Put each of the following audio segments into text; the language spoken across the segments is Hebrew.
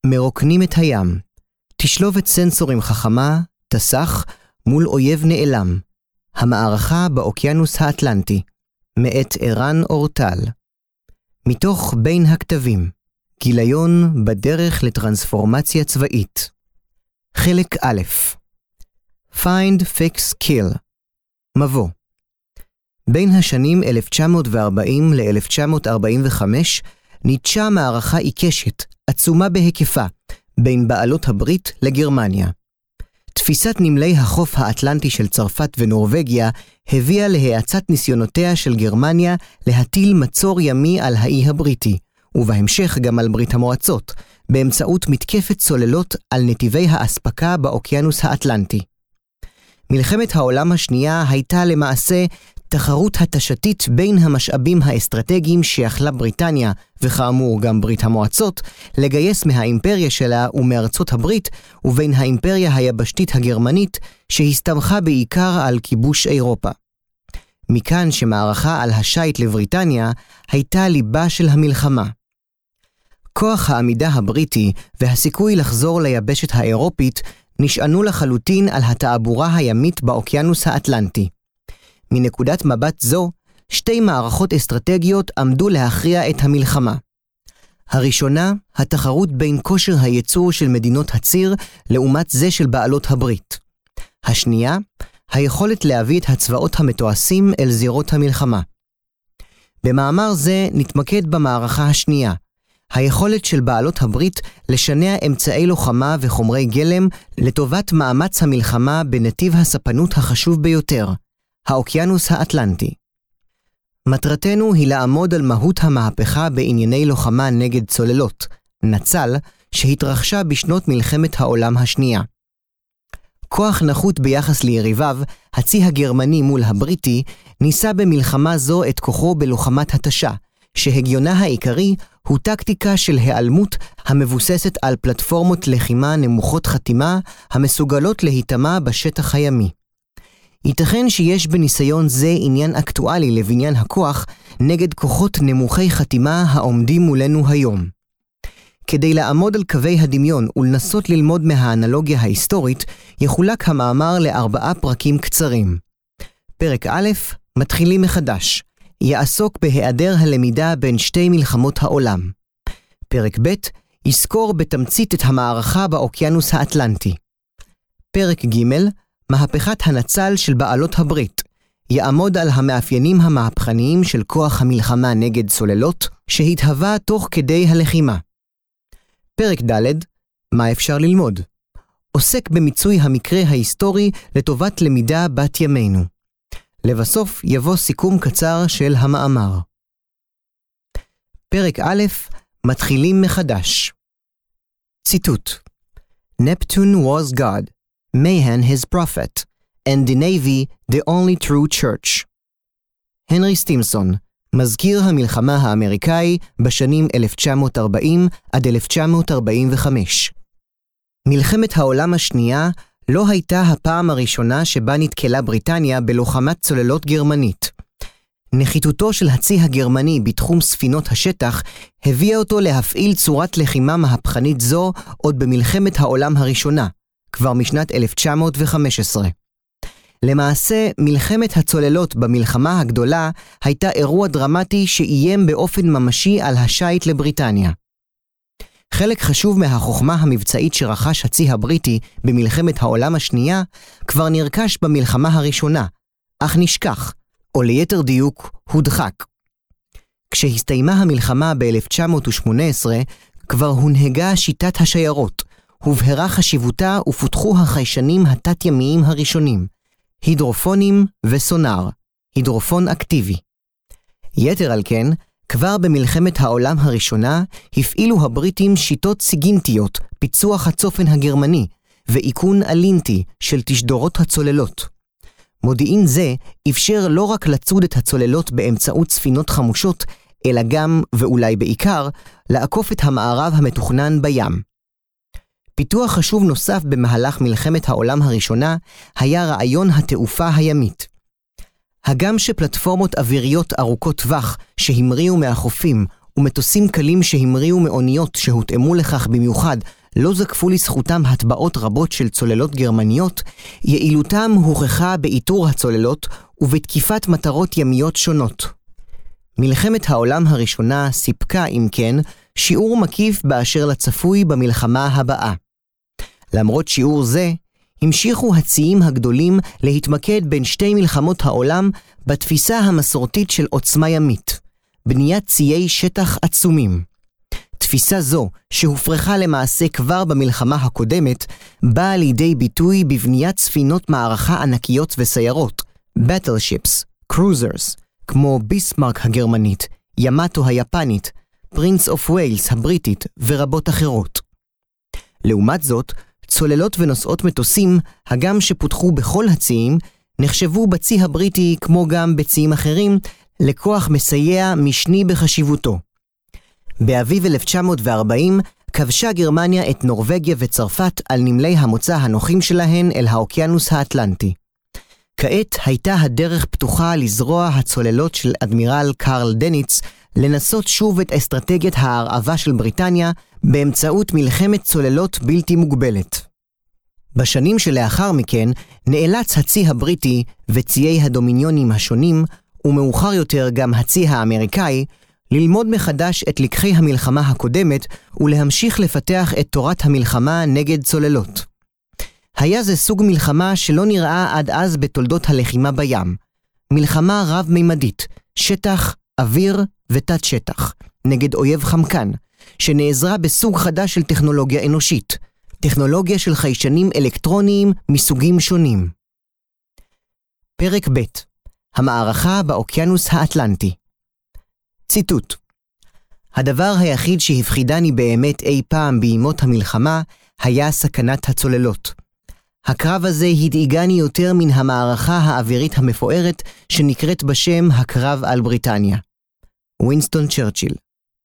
מרוקנים את הים. תשלובת סנסורים חכמה, תסך, מול אויב נעלם. המערכה באוקיינוס האטלנטי. מאת ערן אורטל. מתוך בין הכתבים. גיליון בדרך לטרנספורמציה צבאית. חלק א'. Find, Fix, Kill. מבוא. בין השנים 1940 ל-1945 ניטשה מערכה עיקשת, עצומה בהיקפה, בין בעלות הברית לגרמניה. תפיסת נמלי החוף האטלנטי של צרפת ונורווגיה הביאה להאצת ניסיונותיה של גרמניה להטיל מצור ימי על האי הבריטי, ובהמשך גם על ברית המועצות, באמצעות מתקפת צוללות על נתיבי האספקה באוקיינוס האטלנטי. מלחמת העולם השנייה הייתה למעשה תחרות התשתית בין המשאבים האסטרטגיים שיכלה בריטניה, וכאמור גם ברית המועצות, לגייס מהאימפריה שלה ומארצות הברית, ובין האימפריה היבשתית הגרמנית, שהסתמכה בעיקר על כיבוש אירופה. מכאן שמערכה על השייט לבריטניה הייתה ליבה של המלחמה. כוח העמידה הבריטי והסיכוי לחזור ליבשת האירופית נשענו לחלוטין על התעבורה הימית באוקיינוס האטלנטי. מנקודת מבט זו, שתי מערכות אסטרטגיות עמדו להכריע את המלחמה. הראשונה, התחרות בין כושר הייצור של מדינות הציר לעומת זה של בעלות הברית. השנייה, היכולת להביא את הצבאות המתועשים אל זירות המלחמה. במאמר זה נתמקד במערכה השנייה, היכולת של בעלות הברית לשנע אמצעי לוחמה וחומרי גלם לטובת מאמץ המלחמה בנתיב הספנות החשוב ביותר, האוקיינוס האטלנטי. מטרתנו היא לעמוד על מהות המהפכה בענייני לוחמה נגד צוללות, נצל, שהתרחשה בשנות מלחמת העולם השנייה. כוח נחות ביחס ליריביו, הצי הגרמני מול הבריטי, ניסה במלחמה זו את כוחו בלוחמת התשה, שהגיונה העיקרי הוא טקטיקה של העלמות המבוססת על פלטפורמות לחימה נמוכות חתימה המסוגלות להיטמע בשטח הימי. ייתכן שיש בניסיון זה עניין אקטואלי לבניין הכוח נגד כוחות נמוכי חתימה העומדים מולנו היום. כדי לעמוד על קווי הדמיון ולנסות ללמוד מהאנלוגיה ההיסטורית, יחולק המאמר ל4 פרקים קצרים. פרק א', מתחילים מחדש. יעסוק בהיעדר הלמידה בין שתי מלחמות העולם. פרק ב', יזכור בתמצית את המערכה באוקיינוס האטלנטי. פרק ג', מהפכת הנצל של בעלות הברית. יעמוד על המאפיינים המהפכניים של כוח המלחמה נגד צוללות, שהתהווה תוך כדי הלחימה. פרק ד', מה אפשר ללמוד? עוסק במיצוי המקרה ההיסטורי לטובת למידה בת ימינו. לבסוף יבוא סיכום קצר של המאמר. פרק א', מתחילים מחדש. ציטוט. Neptune was God, Mahan his prophet, and the Navy the only true church. הנרי סטימסון, מזכיר המלחמה האמריקאי בשנים 1940 עד 1945. מלחמת העולם השנייה לא הייתה הפעם הראשונה שבה נתקלה בריטניה בלוחמת צוללות גרמנית. נחיתותו של הצי הגרמני בתחום ספינות השטח הביאה אותו להפעיל צורת לחימה מהפכנית זו עוד במלחמת העולם הראשונה, כבר משנת 1915. למעשה, מלחמת הצוללות במלחמה הגדולה הייתה אירוע דרמטי שאיים באופן ממשי על השייט לבריטניה. חלק חשוב מהחוכמה המבצעית שרכש הצי הבריטי במלחמת העולם השנייה כבר נרכש במלחמה הראשונה, אך נשכח, או ליתר דיוק, הודחק. כשהסתיימה המלחמה ב-1918, כבר הונהגה שיטת השיירות, הובהרה חשיבותה ופותחו החיישנים התת-ימיים הראשונים, הידרופונים וסונאר, הידרופון אקטיבי. יתר על כן, כבר במלחמת העולם הראשונה הפעילו הבריטים שיטות סיגינטיות, פיצוח הצופן הגרמני, ואיכון אלינטי של תשדורות הצוללות. מודיעין זה אפשר לא רק לצוד את הצוללות באמצעות ספינות חמושות, אלא גם, ואולי בעיקר, לעקוף את המערב המתוכנן בים. פיתוח חשוב נוסף במהלך מלחמת העולם הראשונה היה רעיון התעופה הימית. הגם שפלטפורמות אוויריות ארוכות טווח שהמריאו מהחופים ומטוסים קלים שהמריאו מאוניות שהותאמו לכך במיוחד לא זקפו לזכותם הטבעות רבות של צוללות גרמניות, יעילותם הוכחה באיתור הצוללות ובתקיפת מטרות ימיות שונות. מלחמת העולם הראשונה סיפקה, אם כן, שיעור מקיף באשר לצפוי במלחמה הבאה. למרות שיעור זה, המשיכו הציים הגדולים להתמקד בין שתי מלחמות העולם בתפיסה המסורתית של עוצמה ימית, בניית ציי שטח עצומים. תפיסה זו, שהופרחה למעשה כבר במלחמה הקודמת, באה לידי ביטוי בבניית ספינות מערכה ענקיות וסיירות, battleships, cruisers, כמו ביסמרק הגרמנית, ימאטו היפנית, פרינס אוף ויילס הבריטית ורבות אחרות. לעומת זאת, צוללות ונוסעות מטוסים, הגם שפותחו בכל הציים, נחשבו בצי הבריטי, כמו גם בציים אחרים, לכוח מסייע משני בחשיבותו. באביב 1940 כבשה גרמניה את נורווגיה וצרפת על נמלי המוצא הנוחים שלהן אל האוקיינוס האטלנטי. כעת הייתה הדרך פתוחה לזרוע הצוללות של אדמירל קרל דניץ לנסות שוב את אסטרטגיית ההרעבה של בריטניה באמצעות מלחמת צוללות בלתי מוגבלת. בשנים שלאחר מכן נאלץ הצי הבריטי וציי הדומיניונים השונים, ומאוחר יותר גם הצי האמריקאי, ללמוד מחדש את לקחי המלחמה הקודמת ולהמשיך לפתח את תורת המלחמה נגד צוללות. היה זה סוג מלחמה שלא נראה עד אז בתולדות הלחימה בים. מלחמה רב-מימדית, שטח, אוויר ותת שטח, נגד אויב חמקן, שנעזרה בסוג חדש של טכנולוגיה אנושית, טכנולוגיה של חיישנים אלקטרוניים מסוגים שונים. פרק ב' המערכה באוקיינוס האטלנטי. ציטוט: הדבר היחיד שהפחידני באמת אי פעם בימות המלחמה היה סכנת הצוללות. הקרב הזה הדאיגני יותר מן המערכה האווירית המפוארת שנקראת בשם הקרב על בריטניה. ווינסטון צ'רצ'יל.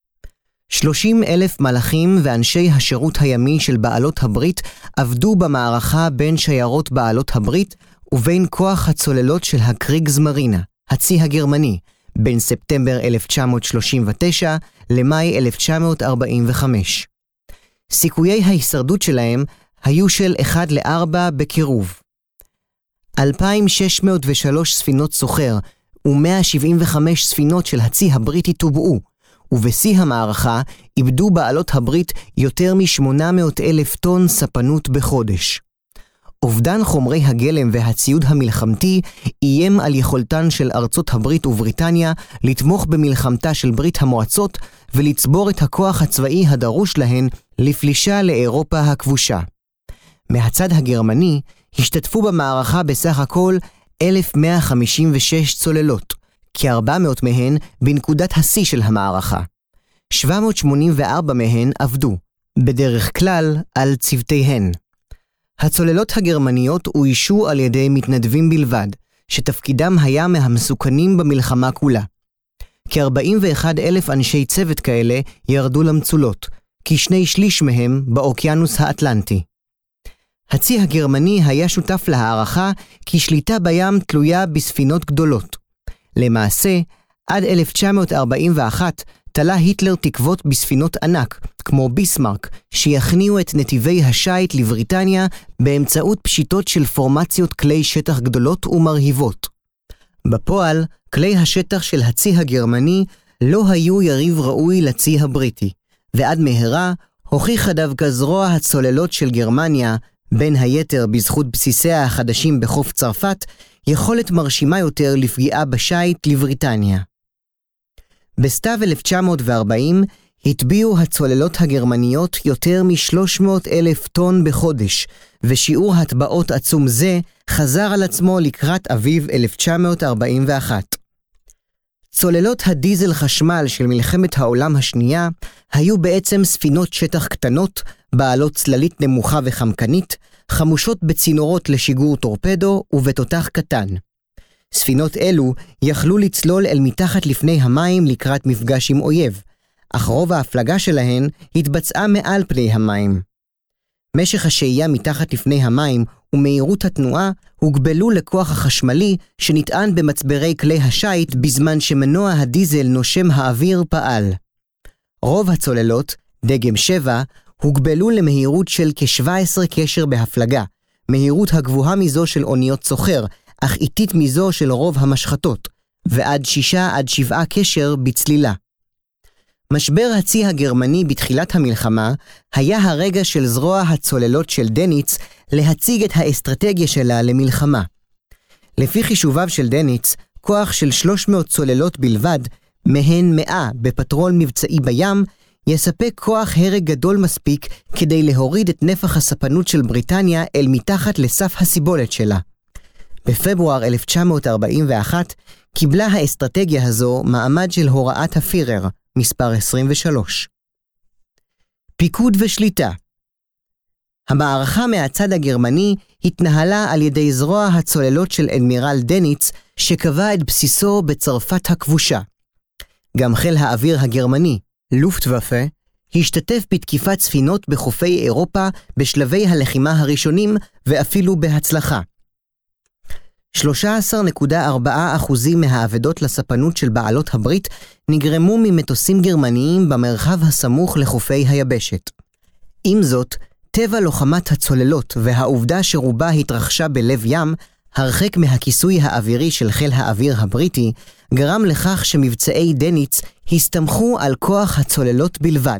30,000 מלאכים ואנשי השירות הימי של בעלות הברית עבדו במערכה בין שיירות בעלות הברית ובין כוח הצוללות של הקריגסמרינה, הצי הגרמני, בין ספטמבר 1939 למאי 1945. סיכויי ההישרדות שלהם היו של 1-4 בקירוב. 2,603 ספינות סוחר ו-175 ספינות של הצי הבריטי טובעו, ובשיא המערכה איבדו בעלות הברית יותר מ-800,000 טון ספנות בחודש. אובדן חומרי הגלם והציוד המלחמתי איים על יכולתן של ארצות הברית ובריטניה לתמוך במלחמתה של ברית המועצות ולצבור את הכוח הצבאי הדרוש להן לפלישה לאירופה הכבושה. מהצד הגרמני השתתפו במערכה בסך הכל 1,156 צוללות, כ-400 מהן בנקודת השיא של המערכה. 784 מהן עבדו, בדרך כלל על צוותיהן. הצוללות הגרמניות אוישו על ידי מתנדבים בלבד, שתפקידם היה מהמסוכנים במלחמה כולה. כ-41,000 אנשי צוות כאלה ירדו למצולות, כ2/3 מהם באוקיינוס האטלנטי. הצי הגרמני היה שותף להערכה כי שליטה בים תלויה בספינות גדולות. למעשה, עד 1941 תלה היטלר תקוות בספינות ענק, כמו ביסמרק, שיכניעו את נתיבי השייט לבריטניה באמצעות פשיטות של פורמציות כלי שטח גדולות ומרהיבות. בפועל, כלי השטח של הצי הגרמני לא היו יריב ראוי לצי הבריטי, ועד מהרה הוכיחה דווקא זרוע הצוללות של גרמניה, בין היתר בזכות בסיסיה החדשים בחוף צרפת, יכולת מרשימה יותר לפגיעה בשייט לבריטניה. בסתיו 1940 הטביעו הצוללות הגרמניות יותר מ-300,000 טון בחודש, ושיעור הטבעות עצום זה חזר על עצמו לקראת אביב 1941. צוללות הדיזל חשמל של מלחמת העולם השנייה היו בעצם ספינות שטח קטנות, בעלות צללית נמוכה וחמקנית, חמושות בצינורות לשיגור טורפדו ובתותח קטן. ספינות אלו יכלו לצלול אל מתחת לפני המים לקראת מפגש עם אויב, אך רוב ההפלגה שלהן התבצעה מעל פני המים. משך השהייה מתחת לפני המים ומהירות התנועה הוגבלו לכוח החשמלי שנטען במצברי כלי השייט בזמן שמנוע הדיזל נושם האוויר פעל. רוב הצוללות, דגם 7, הוגבלו למהירות של כ-17 קשר בהפלגה, מהירות הגבוהה מזו של אוניות סוחר, אך איטית מזו של רוב המשחטות, ועד 6-7 קשר בצלילה. משבר הצי הגרמני בתחילת המלחמה היה הרגע של זרוע הצוללות של דניץ להציג את האסטרטגיה שלה למלחמה. לפי חישוביו של דניץ, כוח של 300 צוללות בלבד, מהן 100 בפטרול מבצעי בים, יספק כוח הרג גדול מספיק כדי להוריד את נפח הספנות של בריטניה אל מתחת לסף הסיבולת שלה. בפברואר 1941 קיבלה האסטרטגיה הזו מעמד של הוראת הפירר, מספר 23. פיקוד ושליטה. המערכה מהצד הגרמני התנהלה על ידי זרוע הצוללות של אדמירל דניץ, שקבע את בסיסו בצרפת הכבושה. גם חיל האוויר הגרמני, לופטוואפה, השתתף בתקיפת ספינות בחופי אירופה בשלבי הלחימה הראשונים ואפילו בהצלחה. 13.4% מהאבדות לספנות של בעלות הברית נגרמו ממטוסים גרמניים במרחב הסמוך לחופי היבשת. עם זאת, טבע לוחמת הצוללות והעובדה שרובה התרחשה בלב ים, הרחק מהכיסוי האווירי של חיל האוויר הבריטי, גרם לכך שמבצעי דניץ הסתמכו על כוח הצוללות בלבד.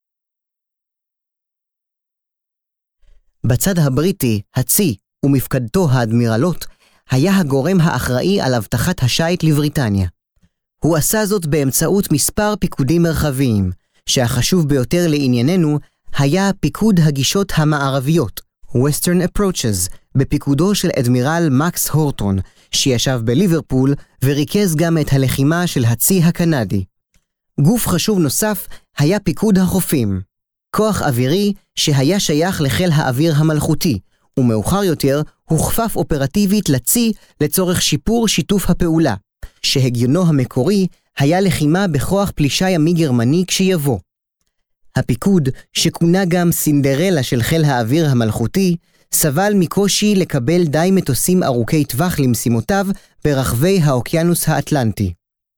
בצד הבריטי, הצי ומפקדתו האדמירלות, היה הגורם האחראי על הבטחת השייט לבריטניה. הוא עשה זאת באמצעות מספר פיקודים מרחביים, שהחשוב ביותר לענייננו היה פיקוד הגישות המערביות, Western Approaches, בפיקודו של אדמירל מקס הורטון, שישב בליברפול וריכז גם את הלחימה של הצי הקנדי. גוף חשוב נוסף היה פיקוד החופים, כוח אווירי שהיה שייך לחיל האוויר המלכותי, ומאוחר יותר הוכפף אופרטיבית לצי לצורך שיפור שיתוף הפעולה, שהגיונו המקורי היה לחימה בכוח פלישה ימי גרמני כשיבוא. הפיקוד, שכונה גם סינדרלה של חיל האוויר המלכותי, סבל מקושי לקבל די מטוסים ארוכי טווח למשימותיו ברחבי האוקיינוס האטלנטי.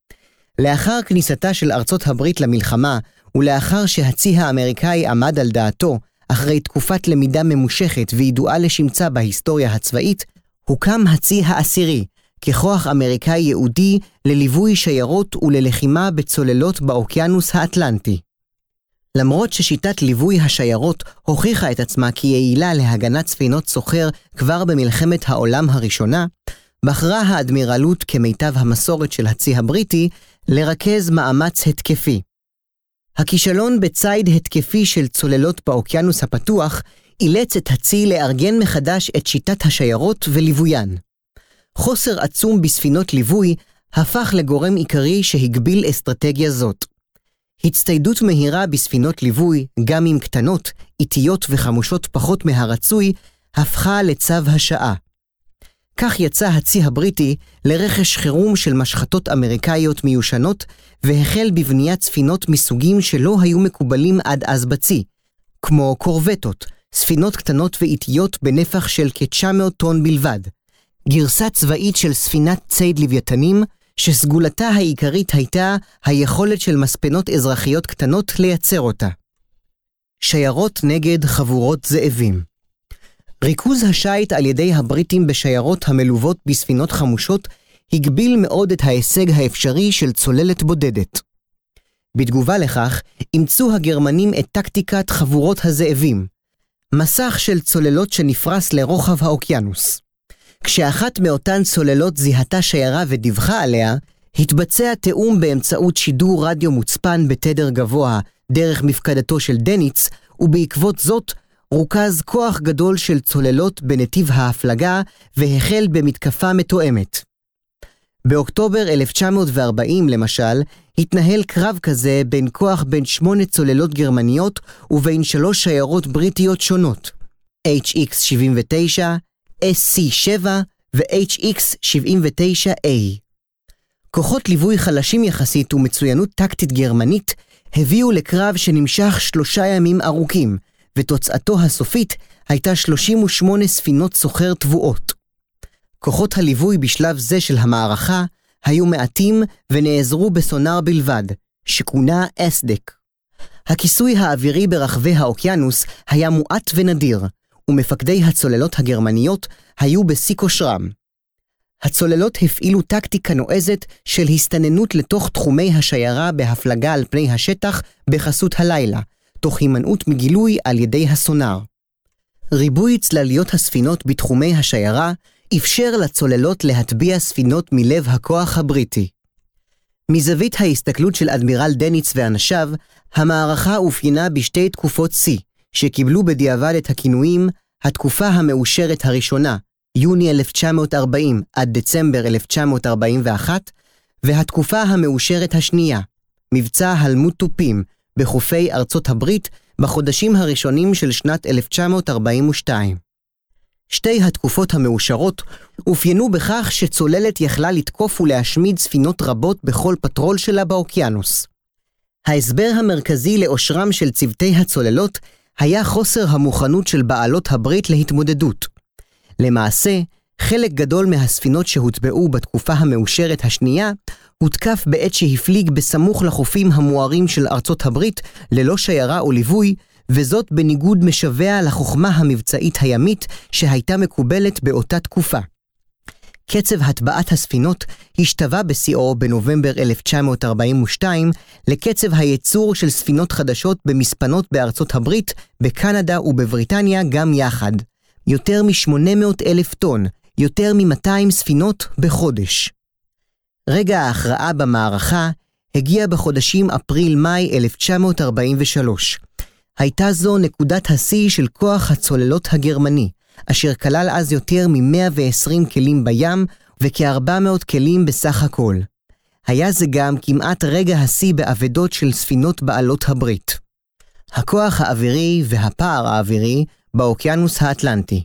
לאחר כניסתה של ארצות הברית למלחמה, ולאחר שהצי האמריקאי עמד על דעתו, אחרי תקופת למידה ממושכת וידועה לשמצה בהיסטוריה הצבאית, הוקם הצי העשירי, ככוח אמריקאי יהודי לליווי שיירות וללחימה בצוללות באוקיינוס האטלנטי. למרות ששיטת ליווי השיירות הוכיחה את עצמה כיעילה להגנת ספינות סוחר כבר במלחמת העולם הראשונה, בחרה האדמירלות כמיטב המסורת של הצי הבריטי לרכז מאמץ התקפי. הכישלון בצייד התקפי של צוללות באוקיינוס הפתוח אילץ את הצי לארגן מחדש את שיטת השיירות וליוויין. חוסר עצום בספינות ליווי הפך לגורם עיקרי שהגביל אסטרטגיה זאת. הצטיידות מהירה בספינות ליווי, גם עם קטנות, איטיות וחמושות פחות מהרצוי, הפכה לצו השעה. כך יצא הצי הבריטי לרכש חירום של משחטות אמריקאיות מיושנות, והחל בבניית ספינות מסוגים שלא היו מקובלים עד אז בצי, כמו קורבטות, ספינות קטנות ואיטיות בנפח של כ-900 טון בלבד, גרסה צבאית של ספינת ציד לוויתנים, שסגולתה העיקרית הייתה היכולת של מספנות אזרחיות קטנות לייצר אותה. שיירות נגד חבורות זאבים. ריכוז השייט על ידי הבריטים בשיירות המלוות בספינות חמושות הגביל מאוד את ההישג האפשרי של צוללת בודדת. בתגובה לכך, אימצו הגרמנים את טקטיקת חבורות הזאבים, מסך של צוללות שנפרס לרוחב האוקיינוס. כשאחת מאותן צוללות זיהתה שיירה ודיווחה עליה, התבצע תאום באמצעות שידור רדיו מוצפן בתדר גבוה דרך מפקדתו של דניץ, ובעקבות זאת רוכז כוח גדול של צוללות בנתיב ההפלגה והחל במתקפה מתואמת. באוקטובר 1940 למשל, התנהל קרב כזה בין 8 צוללות גרמניות ובין 3 שיירות בריטיות שונות, HX-79, SC-7 ו-HX-79A. כוחות ליווי חלשים יחסית ומצוינות טקטית גרמנית הביאו לקרב שנמשך 3 ימים ארוכים, ותוצאתו הסופית הייתה 38 ספינות סוחר תבואות. כוחות הליווי בשלב זה של המערכה היו מעטים ונעזרו בסונאר בלבד, שכונה אסדק. הכיסוי האווירי ברחבי האוקיינוס היה מועט ונדיר, ומפקדי הצוללות הגרמניות היו בשיא כושרם. הצוללות הפעילו טקטיקה נועזת של הסתננות לתוך תחומי השיירה בהפלגה על פני השטח בחסות הלילה, תוך הימנעות מגילוי על ידי הסונאר. ריבוי צלליות הספינות בתחומי השיירה אפשר לצוללות להטביע ספינות מלב הכוח הבריטי. מזווית ההסתכלות של אדמירל דניץ ואנשיו, המערכה אופיינה בשתי תקופות שיא, שקיבלו בדיעבד את הכינויים התקופה המאושרת הראשונה, יוני 1940 עד דצמבר 1941, והתקופה המאושרת השנייה, מבצע הלמות תופים, בחופי ארצות הברית בחודשים הראשונים של שנת 1942. שתי התקופות המאושרות אופיינו בכך שצוללת יכלה לתקוף ולהשמיד ספינות רבות בכל פטרול שלה באוקיינוס. ההסבר המרכזי לאושרם של צוותי הצוללות היה חוסר המוכנות של בעלות הברית להתמודדות. למעשה, חלק גדול מהספינות שהוטבעו בתקופה המאושרת השנייה הותקף בעת שהפליג בסמוך לחופים המוארים של ארצות הברית ללא שיירה או ליווי, וזאת בניגוד משווע לחוכמה המבצעית הימית שהייתה מקובלת באותה תקופה. קצב הטבעת הספינות השתווה בשיאו בנובמבר 1942 לקצב הייצור של ספינות חדשות במספנות בארצות הברית, בקנדה ובבריטניה גם יחד. יותר מ-800,000 טון, יותר מ-200 ספינות בחודש. רגע ההכרעה במערכה הגיע בחודשים אפריל-מאי 1943. הייתה זו נקודת השיא של כוח הצוללות הגרמני, אשר כלל אז יותר מ-120 כלים בים וכ-400 כלים בסך הכל. היה זה גם כמעט רגע השיא בעבדות של ספינות בעלות הברית. הכוח האווירי והפער האווירי באוקיינוס האטלנטי.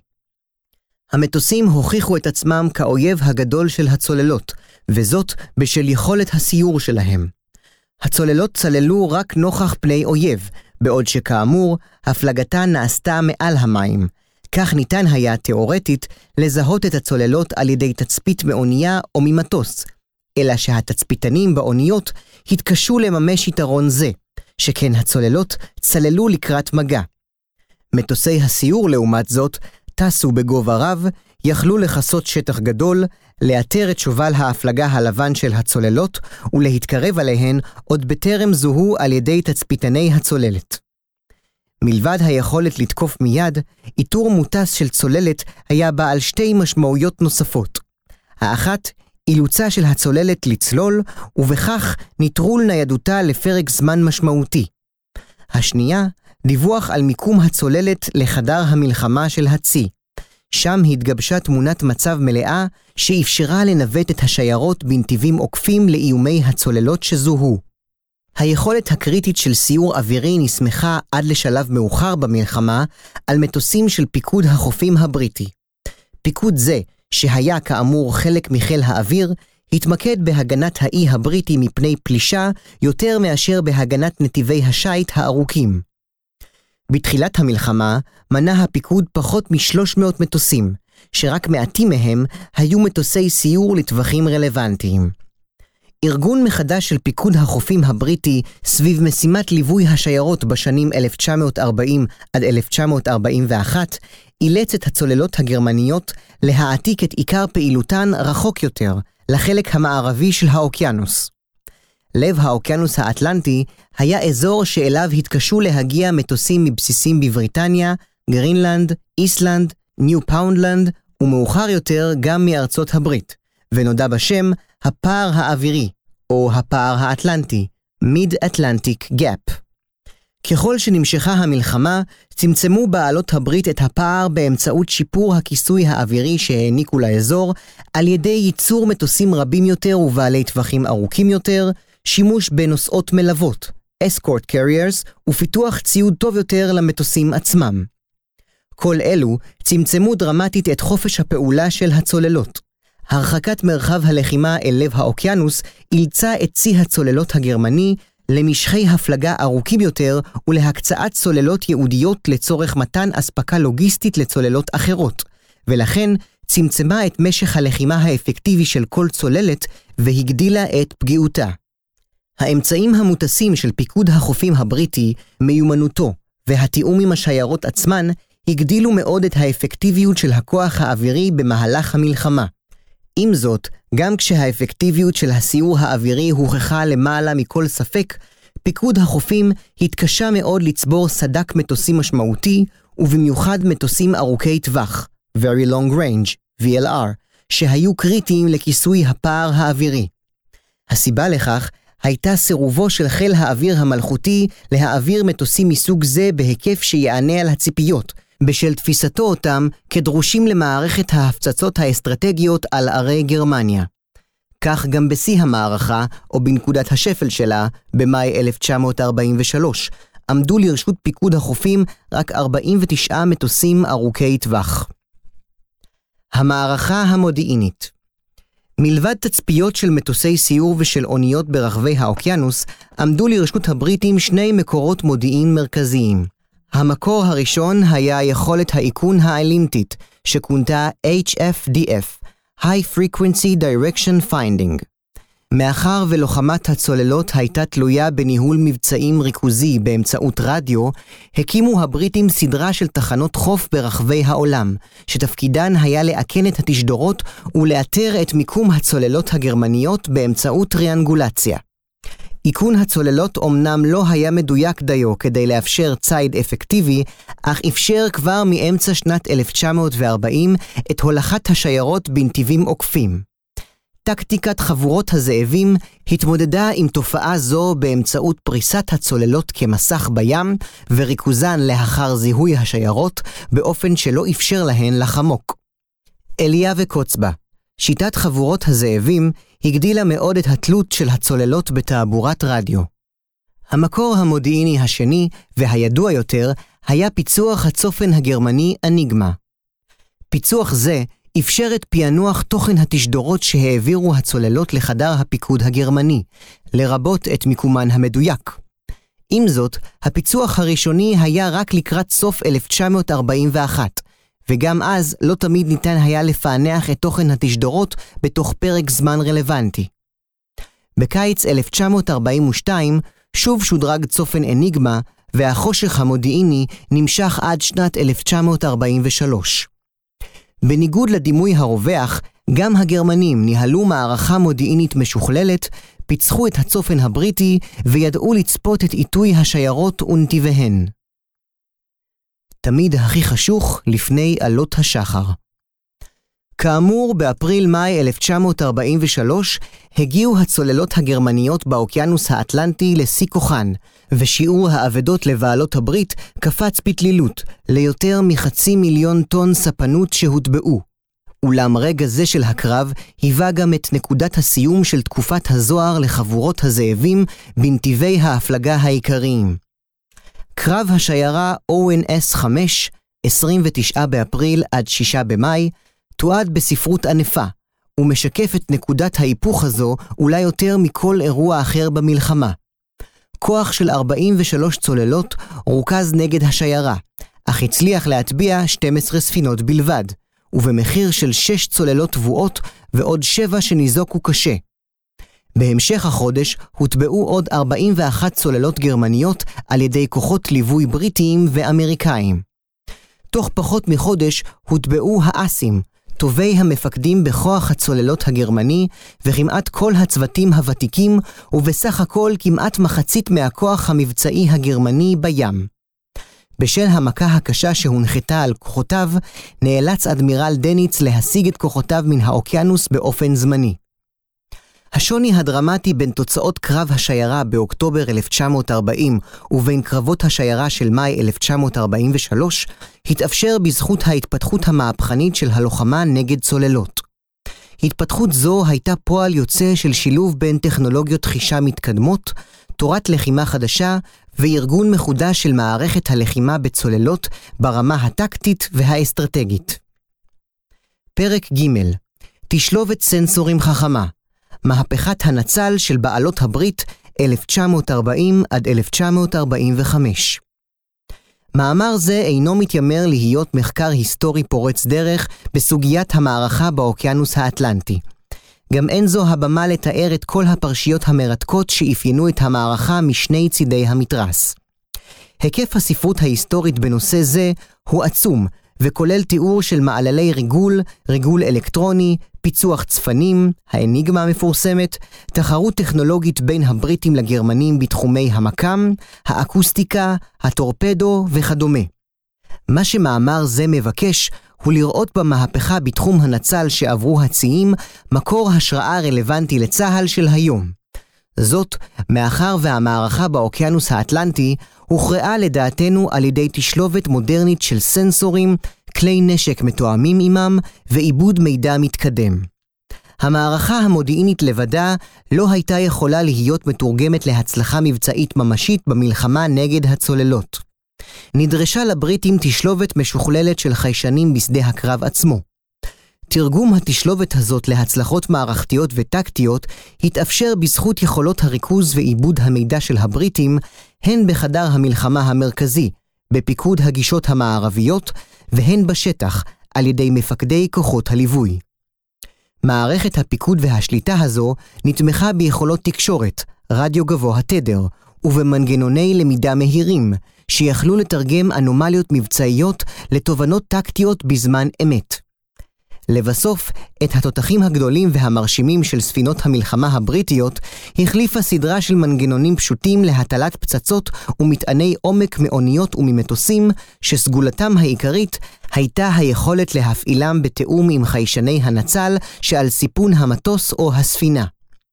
המטוסים הוכיחו את עצמם כאויב הגדול של הצוללות, וזאת בשל יכולת הסיור שלהם. הצוללות צללו רק נוכח פני אויב, בעוד שכאמור, הפלגתה נעשתה מעל המים. כך ניתן היה תיאורטית לזהות את הצוללות על ידי תצפית מאונייה או ממטוס, אלא שהתצפיתנים באוניות התקשו לממש יתרון זה, שכן הצוללות צללו לקראת מגע. מטוסי הסיור לעומת זאת טסו בגובה רב, יכלו לחסות שטח גדול, לאתר את שובל ההפלגה הלבן של הצוללות ולהתקרב עליהן עוד בטרם זוהו על ידי תצפיתני הצוללת. מלבד היכולת לתקוף מיד, איתור מוטס של צוללת היה בעל שתי משמעויות נוספות. האחת, אילוצה של הצוללת לצלול, ובכך נטרול ניידותה לפרק זמן משמעותי. השנייה, דיווח על מיקום הצוללת לחדר המלחמה של הצי. שם התגבשה תמונת מצב מלאה שאפשרה לנווט את השיירות בנתיבים עוקפים לאיומי הצוללות שזוהו. היכולת הקריטית של סיור אווירי נסמכה עד לשלב מאוחר במלחמה על מטוסים של פיקוד החופים הבריטי. פיקוד זה, שהיה כאמור חלק מחיל האוויר, התמקד בהגנת האי הבריטי מפני פלישה יותר מאשר בהגנת נתיבי השייט הארוכים. בתחילת המלחמה מנה הפיקוד פחות מ-300 מטוסים, שרק מעטים מהם היו מטוסי סיור לטווחים רלוונטיים. ארגון מחדש של פיקוד החופים הבריטי סביב משימת ליווי השיירות בשנים 1940 עד 1941 אילץ את הצוללות הגרמניות להעתיק את עיקר פעילותן רחוק יותר, לחלק המערבי של האוקיינוס. לב האוקיינוס האטלנטי היה אזור שאליו התקשו להגיע מטוסים מבסיסים בבריטניה, גרינלנד, איסלנד, ניו פאונדלנד ומאוחר יותר גם מארצות הברית, ונודע בשם הפער האווירי, או הפער האטלנטי, Mid-Atlantic Gap. ככל שנמשכה המלחמה, צמצמו בעלות הברית את הפער באמצעות שיפור הכיסוי האווירי שהעניקו לאזור, על ידי ייצור מטוסים רבים יותר ובעלי טווחים ארוכים יותר, שימוש בנוסעות מלוות, Escort Carriers, ופיתוח ציוד טוב יותר למטוסים עצמם. כל אלו צמצמו דרמטית את חופש הפעולה של הצוללות. הרחקת מרחב הלחימה אל לב האוקיינוס אילצה את צי הצוללות הגרמני למשכי הפלגה ארוכים יותר ולהקצאת צוללות ייעודיות לצורך מתן אספקה לוגיסטית לצוללות אחרות, ולכן צמצמה את משך הלחימה האפקטיבי של כל צוללת והגדילה את פגיעותה. האמצעים המוטסים של פיקוד החופים הבריטי, מיומנותו והתיאום עם השיירות עצמן, הגדילו מאוד את האפקטיביות של הכוח האווירי במהלך המלחמה. עם זאת, גם כשהאפקטיביות של הסיור האווירי הוכחה למעלה מכל ספק, פיקוד החופים התקשה מאוד לצבור סדק מטוסים משמעותי, ובמיוחד מטוסים ארוכי טווח, Very Long Range, VLR, שהיו קריטיים לכיסוי הפער האווירי. הסיבה לכך הייתה סירובו של חיל האוויר המלכותי להעביר מטוסים מסוג זה בהיקף שיענה על הציפיות, בשל תפיסתו אותם כדרושים למערכת ההפצצות האסטרטגיות על ערי גרמניה. כך גם בשיא המערכה, או בנקודת השפל שלה, במאי 1943, עמדו לרשות פיקוד החופים רק 49 מטוסים ארוכי טווח. המערכה המודיעינית. מלבד תצפיות של מטוסי סיור ושל אוניות ברחבי האוקיינוס, עמדו לרשות הבריטים שני מקורות מודיעין מרכזיים. המקור הראשון היה יכולת האיכון האלינטית, שכונתה HFDF, High Frequency Direction Finding. מאחר ולוחמת הצוללות הייתה תלויה בניהול מבצעים ריכוזי באמצעות רדיו, הקימו הבריטים סדרה של תחנות חוף ברחבי העולם, שתפקידן היה לאכן את התשדורות ולאתר את מיקום הצוללות הגרמניות באמצעות טריאנגולציה. איכון הצוללות אומנם לא היה מדויק דיו כדי לאפשר ציד אפקטיבי, אך אפשר כבר מאמצע שנת 1940 את הולכת השיירות בנתיבים עוקפים. טקטיקת חבורות הזאבים התמודדה עם תופעה זו באמצעות פריסת הצוללות כמסך בים וריכוזן לאחר זיהוי השיירות באופן שלא אפשר להן לחמוק. אליה וקוצבה. שיטת חבורות הזאבים הגדילה מאוד את התלות של הצוללות בתעבורת רדיו. המקור המודיעיני השני והידוע יותר היה פיצוח הצופן הגרמני אניגמה. פיצוח זה אפשר את פענוח תוכן התשדורות שהעבירו הצוללות לחדר הפיקוד הגרמני, לרבות את מיקומן המדויק. עם זאת, הפיצוח הראשוני היה רק לקראת סוף 1941, וגם אז לא תמיד ניתן היה לפענח את תוכן התשדורות בתוך פרק זמן רלוונטי. בקיץ 1942 שוב שודרג צופן אניגמה, והחושך המודיעיני נמשך עד שנת 1943. בניגוד לדימוי הרווח, גם הגרמנים ניהלו מערכה מודיעינית משוכללת, פיצחו את הצופן הבריטי וידעו לצפות את עיתוי השיירות ונתיביהן. תמיד הכי חשוך לפני עלות השחר. כאמור, באפריל-מאי 1943 הגיעו הצוללות הגרמניות באוקיינוס האטלנטי לשיא כוחן, ושיעור האבדות לבעלות הברית קפץ בתלילות ליותר מ500,000 טון ספנות שהוטבעו. אולם רגע זה של הקרב היווה גם את נקודת הסיום של תקופת הזוהר לחבורות הזאבים בנתיבי ההפלגה העיקריים. קרב השיירה ONS-5, 29 באפריל עד 6 במאי, תועד בספרות ענפה, ומשקף את נקודת ההיפוך הזו אולי יותר מכל אירוע אחר במלחמה. כוח של 43 צוללות רוכז נגד השיירה, אך הצליח להטביע 12 ספינות בלבד, ובמחיר של 6 צוללות תבואות ועוד 7 שניזוקו קשה. בהמשך החודש הוטבעו עוד 41 צוללות גרמניות על ידי כוחות ליווי בריטיים ואמריקאים. תוך פחות מחודש הוטבעו האסים, טובי המפקדים בכוח הצוללות הגרמני, וכמעט כל הצוותים הוותיקים, ובסך הכל כמעט מחצית מהכוח המבצעי הגרמני בים. בשל המכה הקשה שהונחתה על כוחותיו, נאלץ אדמירל דניץ להשיג את כוחותיו מן האוקיינוס באופן זמני. השוני הדרמטי בין תוצאות קרב השיירה באוקטובר 1940 ובין קרבות השיירה של מאי 1943 התאפשר בזכות ההתפתחות המהפכנית של הלוחמה נגד צוללות. התפתחות זו הייתה פועל יוצא של שילוב בין טכנולוגיות חישה מתקדמות, תורת לחימה חדשה וארגון מחודש של מערכת הלחימה בצוללות ברמה הטקטית והאסטרטגית. פרק ג' תשלובת סנסורים חכמה. מהפכת הנצל של בעלות הברית 1940 עד 1945. מאמר זה אינו מתיימר להיות מחקר היסטורי פורץ דרך בסוגיית המערכה באוקיינוס האטלנטי. גם אין זו הבמה לתאר את כל הפרשיות המרתקות שאפיינו את המערכה משני צידי המתרס. היקף הספרות ההיסטורית בנושא זה הוא עצום, וכולל תיאור של מעללי ריגול, ריגול אלקטרוני, פיצוח צפנים, האניגמה המפורסמת, תחרות טכנולוגית בין הבריטים לגרמנים בתחומי המקם, האקוסטיקה, הטורפדו וכדומה. מה שמאמר זה מבקש הוא לראות במהפכה בתחום הנצל שעברו הציים מקור השראה רלוונטי לצהל של היום. זאת, מאחר והמערכה באוקיינוס האטלנטי הוכרעה לדעתנו על ידי תשלובת מודרנית של סנסורים, כלי נשק מתואמים עמם ועיבוד מידע מתקדם. המערכה המודיעינית לבדה לא הייתה יכולה להיות מתורגמת להצלחה מבצעית ממשית במלחמה נגד הצוללות. נדרשה לבריטים תשלובת משוכללת של חיישנים בשדה הקרב עצמו. תרגום התשלובת הזאת להצלחות מערכתיות וטקטיות התאפשר בזכות יכולות הריכוז ועיבוד המידע של הבריטים, הן בחדר המלחמה המרכזי, בפיקוד הגישות המערביות, והן בשטח, על ידי מפקדי כוחות הליווי. מערכת הפיקוד והשליטה הזו נתמכה ביכולות תקשורת, רדיו גבוה התדר, ובמנגנוני למידה מהירים, שיכלו לתרגם אנומליות מבצעיות לתובנות טקטיות בזמן אמת. לבסוף, את התותחים הגדולים והמרשימים של ספינות המלחמה הבריטיות החליפה סדרה של מנגנונים פשוטים להטלת פצצות ומטעני עומק מאוניות וממטוסים, שסגולתם העיקרית הייתה היכולת להפעילם בתאום עם חיישני הנצל שעל סיפון המטוס או הספינה.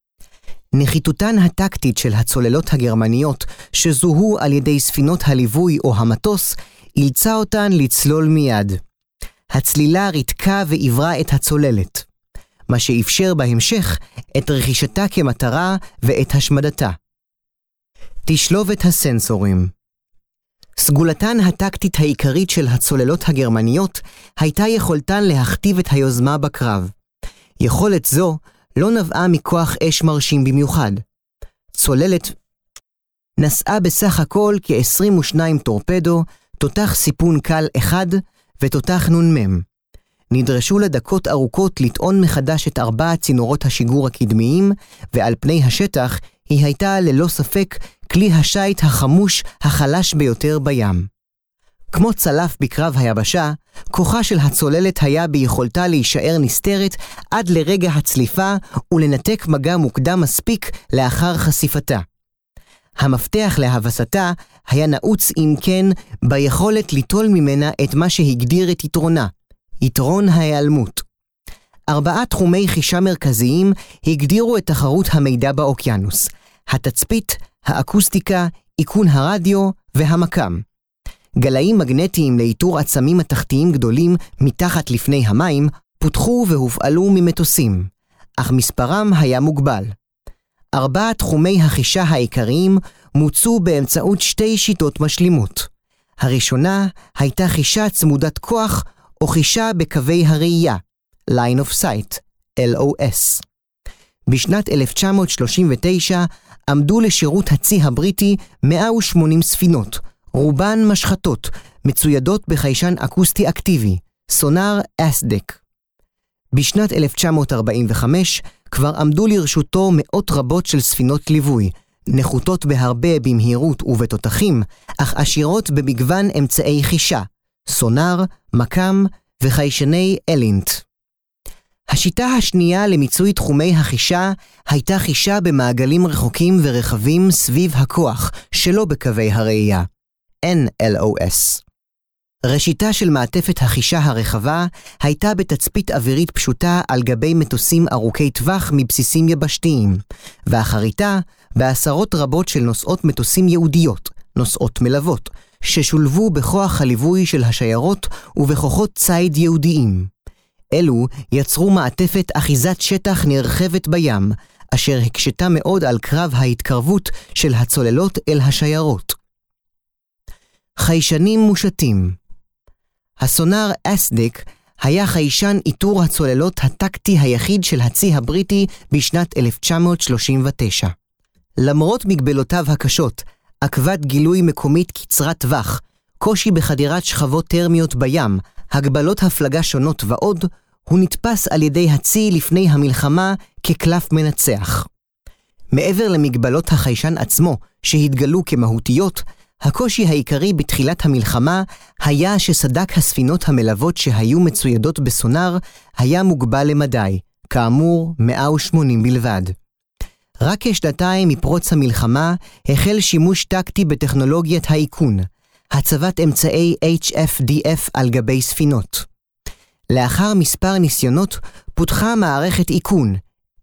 נחיתותן הטקטית של הצוללות הגרמניות שזוהו על ידי ספינות הליווי או המטוס אילצה אותן לצלול מיד. הצלילה ריתקה ועברה את הצוללת, מה שאפשר בהמשך את רכישתה כמטרה ואת השמדתה. תשלובת הסנסורים. סגולתן הטקטית העיקרית של הצוללות הגרמניות הייתה יכולתן להכתיב את היוזמה בקרב. יכולת זו לא נבעה מכוח אש מרשים במיוחד. צוללת נשאה בסך הכל כ-22 טורפדו, תותח סיפון קל אחד ותותח נ"מ. נדרשו לדקות ארוכות לטעון מחדש את 4 צינורות השיגור הקדמיים, ועל פני השטח היא הייתה ללא ספק כלי השייט החמוש החלש ביותר בים. כמו צלף בקרב היבשה, כוחה של הצוללת היה ביכולתה להישאר נסתרת עד לרגע הצליפה ולנתק מגע מוקדם מספיק לאחר חשיפתה. המפתח להבסתה היה נעוץ אם כן ביכולת ליטול ממנה את מה שהגדיר את יתרונה, יתרון ההיעלמות. 4 תחומי חישה מרכזיים הגדירו את תחרות המידע באוקיינוס: התצפית, האקוסטיקה, איכון הרדיו והמקם. גלאים מגנטיים לאיתור עצמים התחתיים גדולים מתחת לפני המים פותחו והופעלו ממטוסים, אך מספרם היה מוגבל. 4 תחומי החישה העיקריים מוצאו באמצעות 2 שיטות משלימות. הראשונה הייתה חישה צמודת כוח או חישה בקווי הראייה, Line of Sight, LOS. בשנת 1939 עמדו לשירות הצי הבריטי 180 ספינות, רובן משחטות, מצוידות בחיישן אקוסטי אקטיבי, סונאר אסדק. בשנת 1945 כבר עמדו לרשותו מאות רבות של ספינות ליווי, נחותות בהרבה במהירות ובתותחים, אך עשירות במגוון אמצעי חישה, סונאר, מקם וחיישני אלינט. השיטה השנייה למיצוי תחומי החישה הייתה חישה במעגלים רחוקים ורחבים סביב הכוח, שלא בקווי הראייה, NLOS. ראשיתה של מעטפת החישה הרחבה הייתה בתצפית אווירית פשוטה על גבי מטוסים ארוכי טווח מבסיסים יבשתיים, ואחריתה בעשרות רבות של נוסעות מטוסים יהודיות, נוסעות מלוות, ששולבו בכוח הליווי של השיירות ובכוחות צייד יהודיים. אלו יצרו מעטפת אחיזת שטח נרחבת בים, אשר הקשתה מאוד על קרב ההתקרבות של הצוללות אל השיירות. חיישנים מושתים. הסונאר אסדק היה חיישן איתור הצוללות הטקטי היחיד של הצי הבריטי בשנת 1939. למרות מגבלותיו הקשות, עקבת גילוי מקומית קצרת טווח, קושי בחדירת שכבות טרמיות בים, הגבלות הפלגה שונות ועוד, הוא נתפס על ידי הצי לפני המלחמה כקלף מנצח. מעבר למגבלות החיישן עצמו שהתגלו כמהותיות, הקושי העיקרי בתחילת המלחמה היה שסדק הספינות המלוות שהיו מצוידות בסונאר היה מוגבל למדי, כאמור 180 בלבד. רק כשנתיים מפרוץ המלחמה החל שימוש טקטי בטכנולוגיית האיכון, הצבת אמצעי HFDF על גבי ספינות. לאחר מספר ניסיונות פותחה מערכת איכון,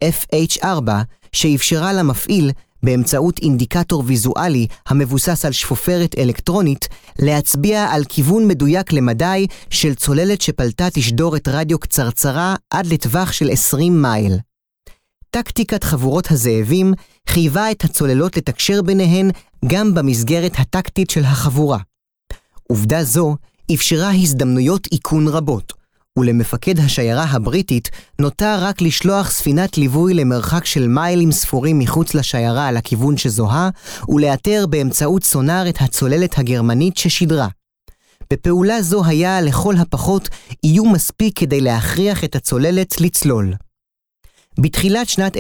FH4, שאפשרה למפעיל, באמצעות אינדיקטור ויזואלי המבוסס על שפופרת אלקטרונית, להצביע על כיוון מדויק למדי של צוללת שפלטה תשדורת רדיו קצרצרה עד לטווח של 20 מייל. טקטיקת חבורות הזאבים חייבה את הצוללות לתקשר ביניהן גם במסגרת הטקטית של החבורה. עובדה זו אפשרה הזדמנויות איכון רבות, ולמפקד השיירה הבריטית נותר רק לשלוח ספינת ליווי למרחק של מיילים ספורים מחוץ לשיירה על הכיוון שזוהה, ולאתר באמצעות סונאר את הצוללת הגרמנית ששידרה. בפעולה זו היה לכל הפחות איום מספיק כדי להכריח את הצוללת לצלול. בתחילת שנת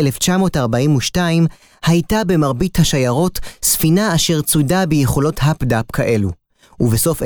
1942 הייתה במרבית השיירות ספינה אשר צוידה ביכולות הפדאפ כאלו, ובסוף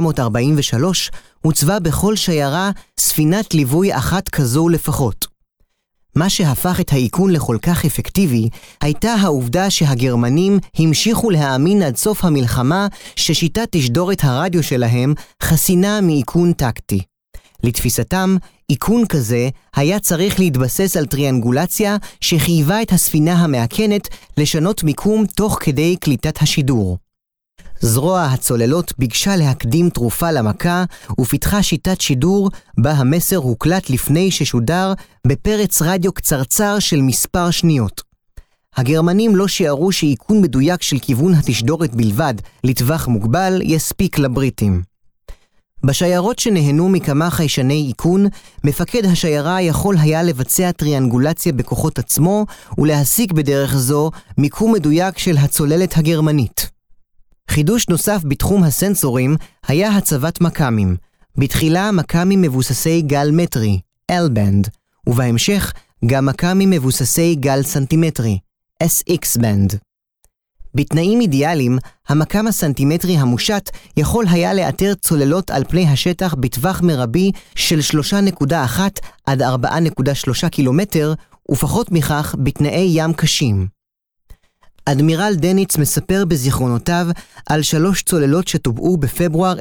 1943 הוצבה בכל שיירה ספינת ליווי אחת כזו לפחות. מה שהפך את האיכון לכל כך אפקטיבי הייתה העובדה שהגרמנים המשיכו להאמין עד סוף המלחמה ששיטת תשדורת הרדיו שלהם חסינה מאיכון טקטי. לתפיסתם, איכון כזה היה צריך להתבסס על טריאנגולציה שחייבה את הספינה המאכנת לשנות מיקום תוך כדי קליטת השידור. זרוע הצוללות ביקשה להקדים תרופה למכה ופיתחה שיטת שידור בה המסר הוקלט לפני ששודר בפרץ רדיו קצרצר של מספר שניות. הגרמנים לא שיערו שאיכון מדויק של כיוון התשדורת בלבד לטווח מוגבל יספיק לבריטים. בשיירות שנהנו מכמה חיישני איכון, מפקד השיירה יכול היה לבצע טריאנגולציה בכוחות עצמו ולהשיג בדרך זו מיקום מדויק של הצוללת הגרמנית. חידוש נוסף בתחום הסנסורים היה הצבת מקמים. בתחילה מקמים מבוססי גל מטרי, L-band, ובהמשך גם מקמים מבוססי גל סנטימטרי, SX-band. בתנאים אידיאליים, המקם הסנטימטרי המושט יכול היה לאתר צוללות על פני השטח בטווח מרבי של 3.1 עד 4.3 קילומטר, ופחות מכך בתנאי ים קשים. אדמירל דניץ מספר בזיכרונותיו על 3 צוללות שטובעו בפברואר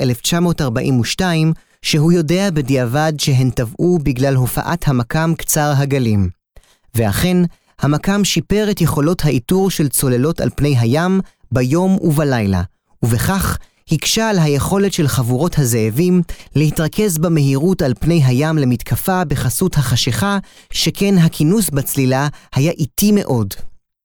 1942, שהוא יודע בדיעבד שהן טבעו בגלל הופעת המקם קצר הגלים. ואכן, המקם שיפר את יכולות האיתור של צוללות על פני הים ביום ובלילה, ובכך הקשה על היכולת של חבורות הזאבים להתרכז במהירות על פני הים למתקפה בחסות החשיכה, שכן הכינוס בצלילה היה איטי מאוד.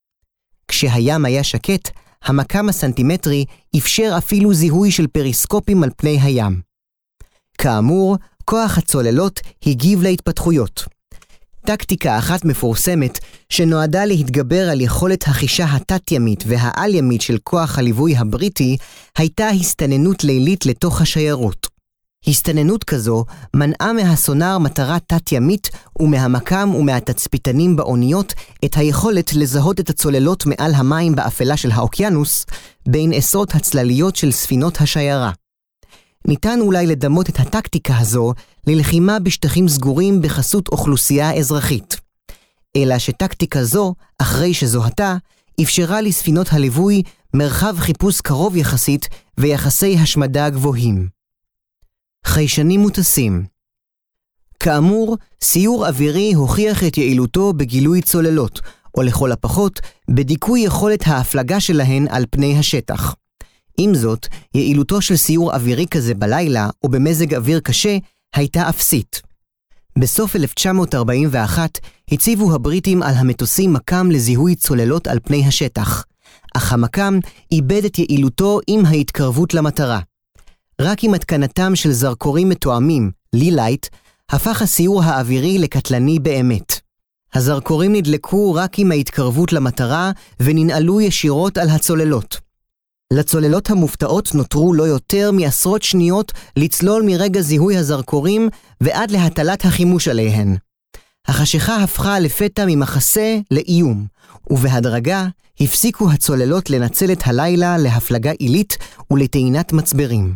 כשהים היה שקט, המקם הסנטימטרי אפשר אפילו זיהוי של פריסקופים על פני הים. כאמור, כוח הצוללות הגיב להתפתחויות. טקטיקה אחת מפורסמת שנועדה להתגבר על יכולת החישה התת-ימית והעל-ימית של כוח הליווי הבריטי הייתה הסתננות לילית לתוך השיירות. הסתננות כזו מנעה מהסונאר מטרה תת-ימית ומהמקם ומהתצפיתנים באוניות את היכולת לזהות את הצוללות מעל המים באפלה של האוקיינוס בין עשרות הצלליות של ספינות השיירה. ניתן אולי לדמות את הטקטיקה הזו ללחימה בשטחים סגורים בחסות אוכלוסייה אזרחית. אלא שטקטיקה זו, אחרי שזוהתה, אפשרה לספינות הליווי מרחב חיפוש קרוב יחסית ויחסי השמדה גבוהים. חיישנים מוטסים. כאמור, סיור אווירי הוכיח את יעילותו בגילוי צוללות, או לכל הפחות, בדיכוי יכולת ההפלגה שלהן על פני השטח. עם זאת, יעילותו של סיור אווירי כזה בלילה, או במזג אוויר קשה, הייתה אפסית. בסוף 1941 הציבו הבריטים על המטוסים מקם לזיהוי צוללות על פני השטח, אך המקם איבד את יעילותו עם ההתקרבות למטרה. רק עם התקנתם של זרקורים מתואמים, לילייט, הפך הסיור האווירי לקטלני באמת. הזרקורים נדלקו רק עם ההתקרבות למטרה וננעלו ישירות על הצוללות. לצוללות המופתעות נותרו לא יותר מעשרות שניות לצלול מרגע זיהוי הזרקורים ועד להטלת החימוש עליהן. החשיכה הפכה לפתע ממחסה לאיום, ובהדרגה הפסיקו הצוללות לנצל את הלילה להפלגה עילית ולטעינת מצברים.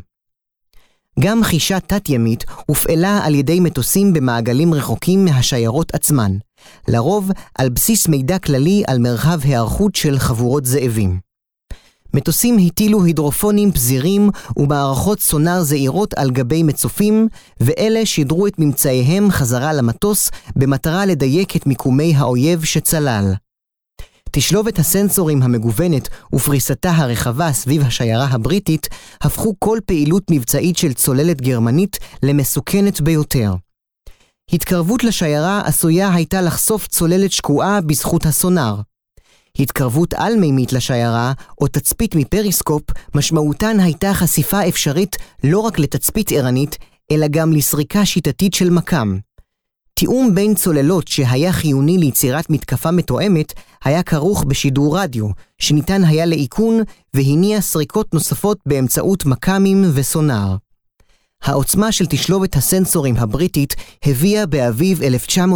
גם חישה תת-ימית הופעלה על ידי מטוסים במעגלים רחוקים מהשיירות עצמן, לרוב על בסיס מידע כללי על מרחב הערכות של חבורות זאבים. מטוסים הטילו הידרופונים פזירים ומערכות סונר זעירות על גבי מצופים, ואלה שידרו את ממצאיהם חזרה למטוס במטרה לדייק את מיקומי האויב שצלל. תשלובת הסנסורים המגוונת ופריסתה הרחבה סביב השיירה הבריטית הפכו כל פעילות מבצעית של צוללת גרמנית למסוכנת ביותר. התקרבות לשיירה עשויה הייתה לחשוף צוללת שקועה בזכות הסונר. התקרבות על-מימית לשיירה או תצפית מפריסקופ משמעותן הייתה חשיפה אפשרית לא רק לתצפית ערנית, אלא גם לסריקה שיטתית של מקם. תיאום בין צוללות שהיה חיוני ליצירת מתקפה מתואמת היה כרוך בשידור רדיו, שניתן היה לאיכון והניע סריקות נוספות באמצעות מקמים וסונר. העוצמה של תשלובת הסנסורים הבריטית הביאה באביב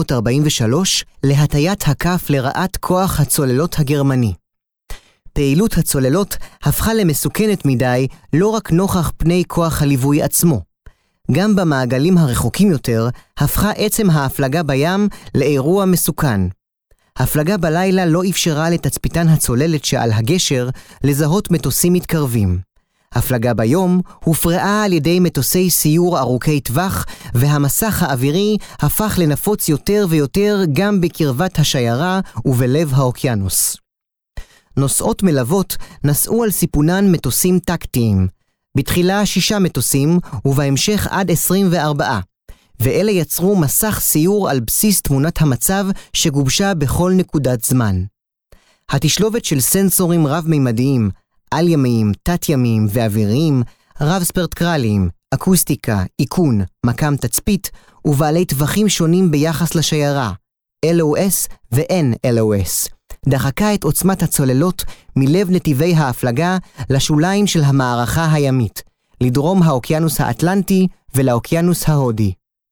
1943 להטיית הכף לרעת כוח הצוללות הגרמני. פעילות הצוללות הפכה למסוכנת מדי לא רק נוכח פני כוח הליווי עצמו. גם במעגלים הרחוקים יותר הפכה עצם ההפלגה בים לאירוע מסוכן. הפלגה בלילה לא אפשרה לתצפיתן הצוללת שעל הגשר לזהות מטוסים מתקרבים. הפלגה ביום הופרעה על ידי מטוסי סיור ארוכי טווח, והמסך האווירי הפך לנפוץ יותר ויותר גם בקרבת השיירה ובלב האוקיינוס. נוסעות מלוות נסעו על סיפונן מטוסים טקטיים, בתחילה 6 מטוסים ובהמשך עד 24, ואלה יצרו מסך סיור על בסיס תמונת המצב שגובשה בכל נקודת זמן. התשלובת של סנסורים רב-מימדיים, על-ימיים, תת-ימיים ואוויריים, רב-ספקטרליים, אקוסטיקה, איכון, מקם תצפית ובעלי טווחים שונים ביחס לשיירה, LOS ו-NLOS, דחקה את עוצמת הצוללות מלב נתיבי ההפלגה לשוליים של המערכה הימית, לדרום האוקיינוס האטלנטי ולאוקיינוס ההודי.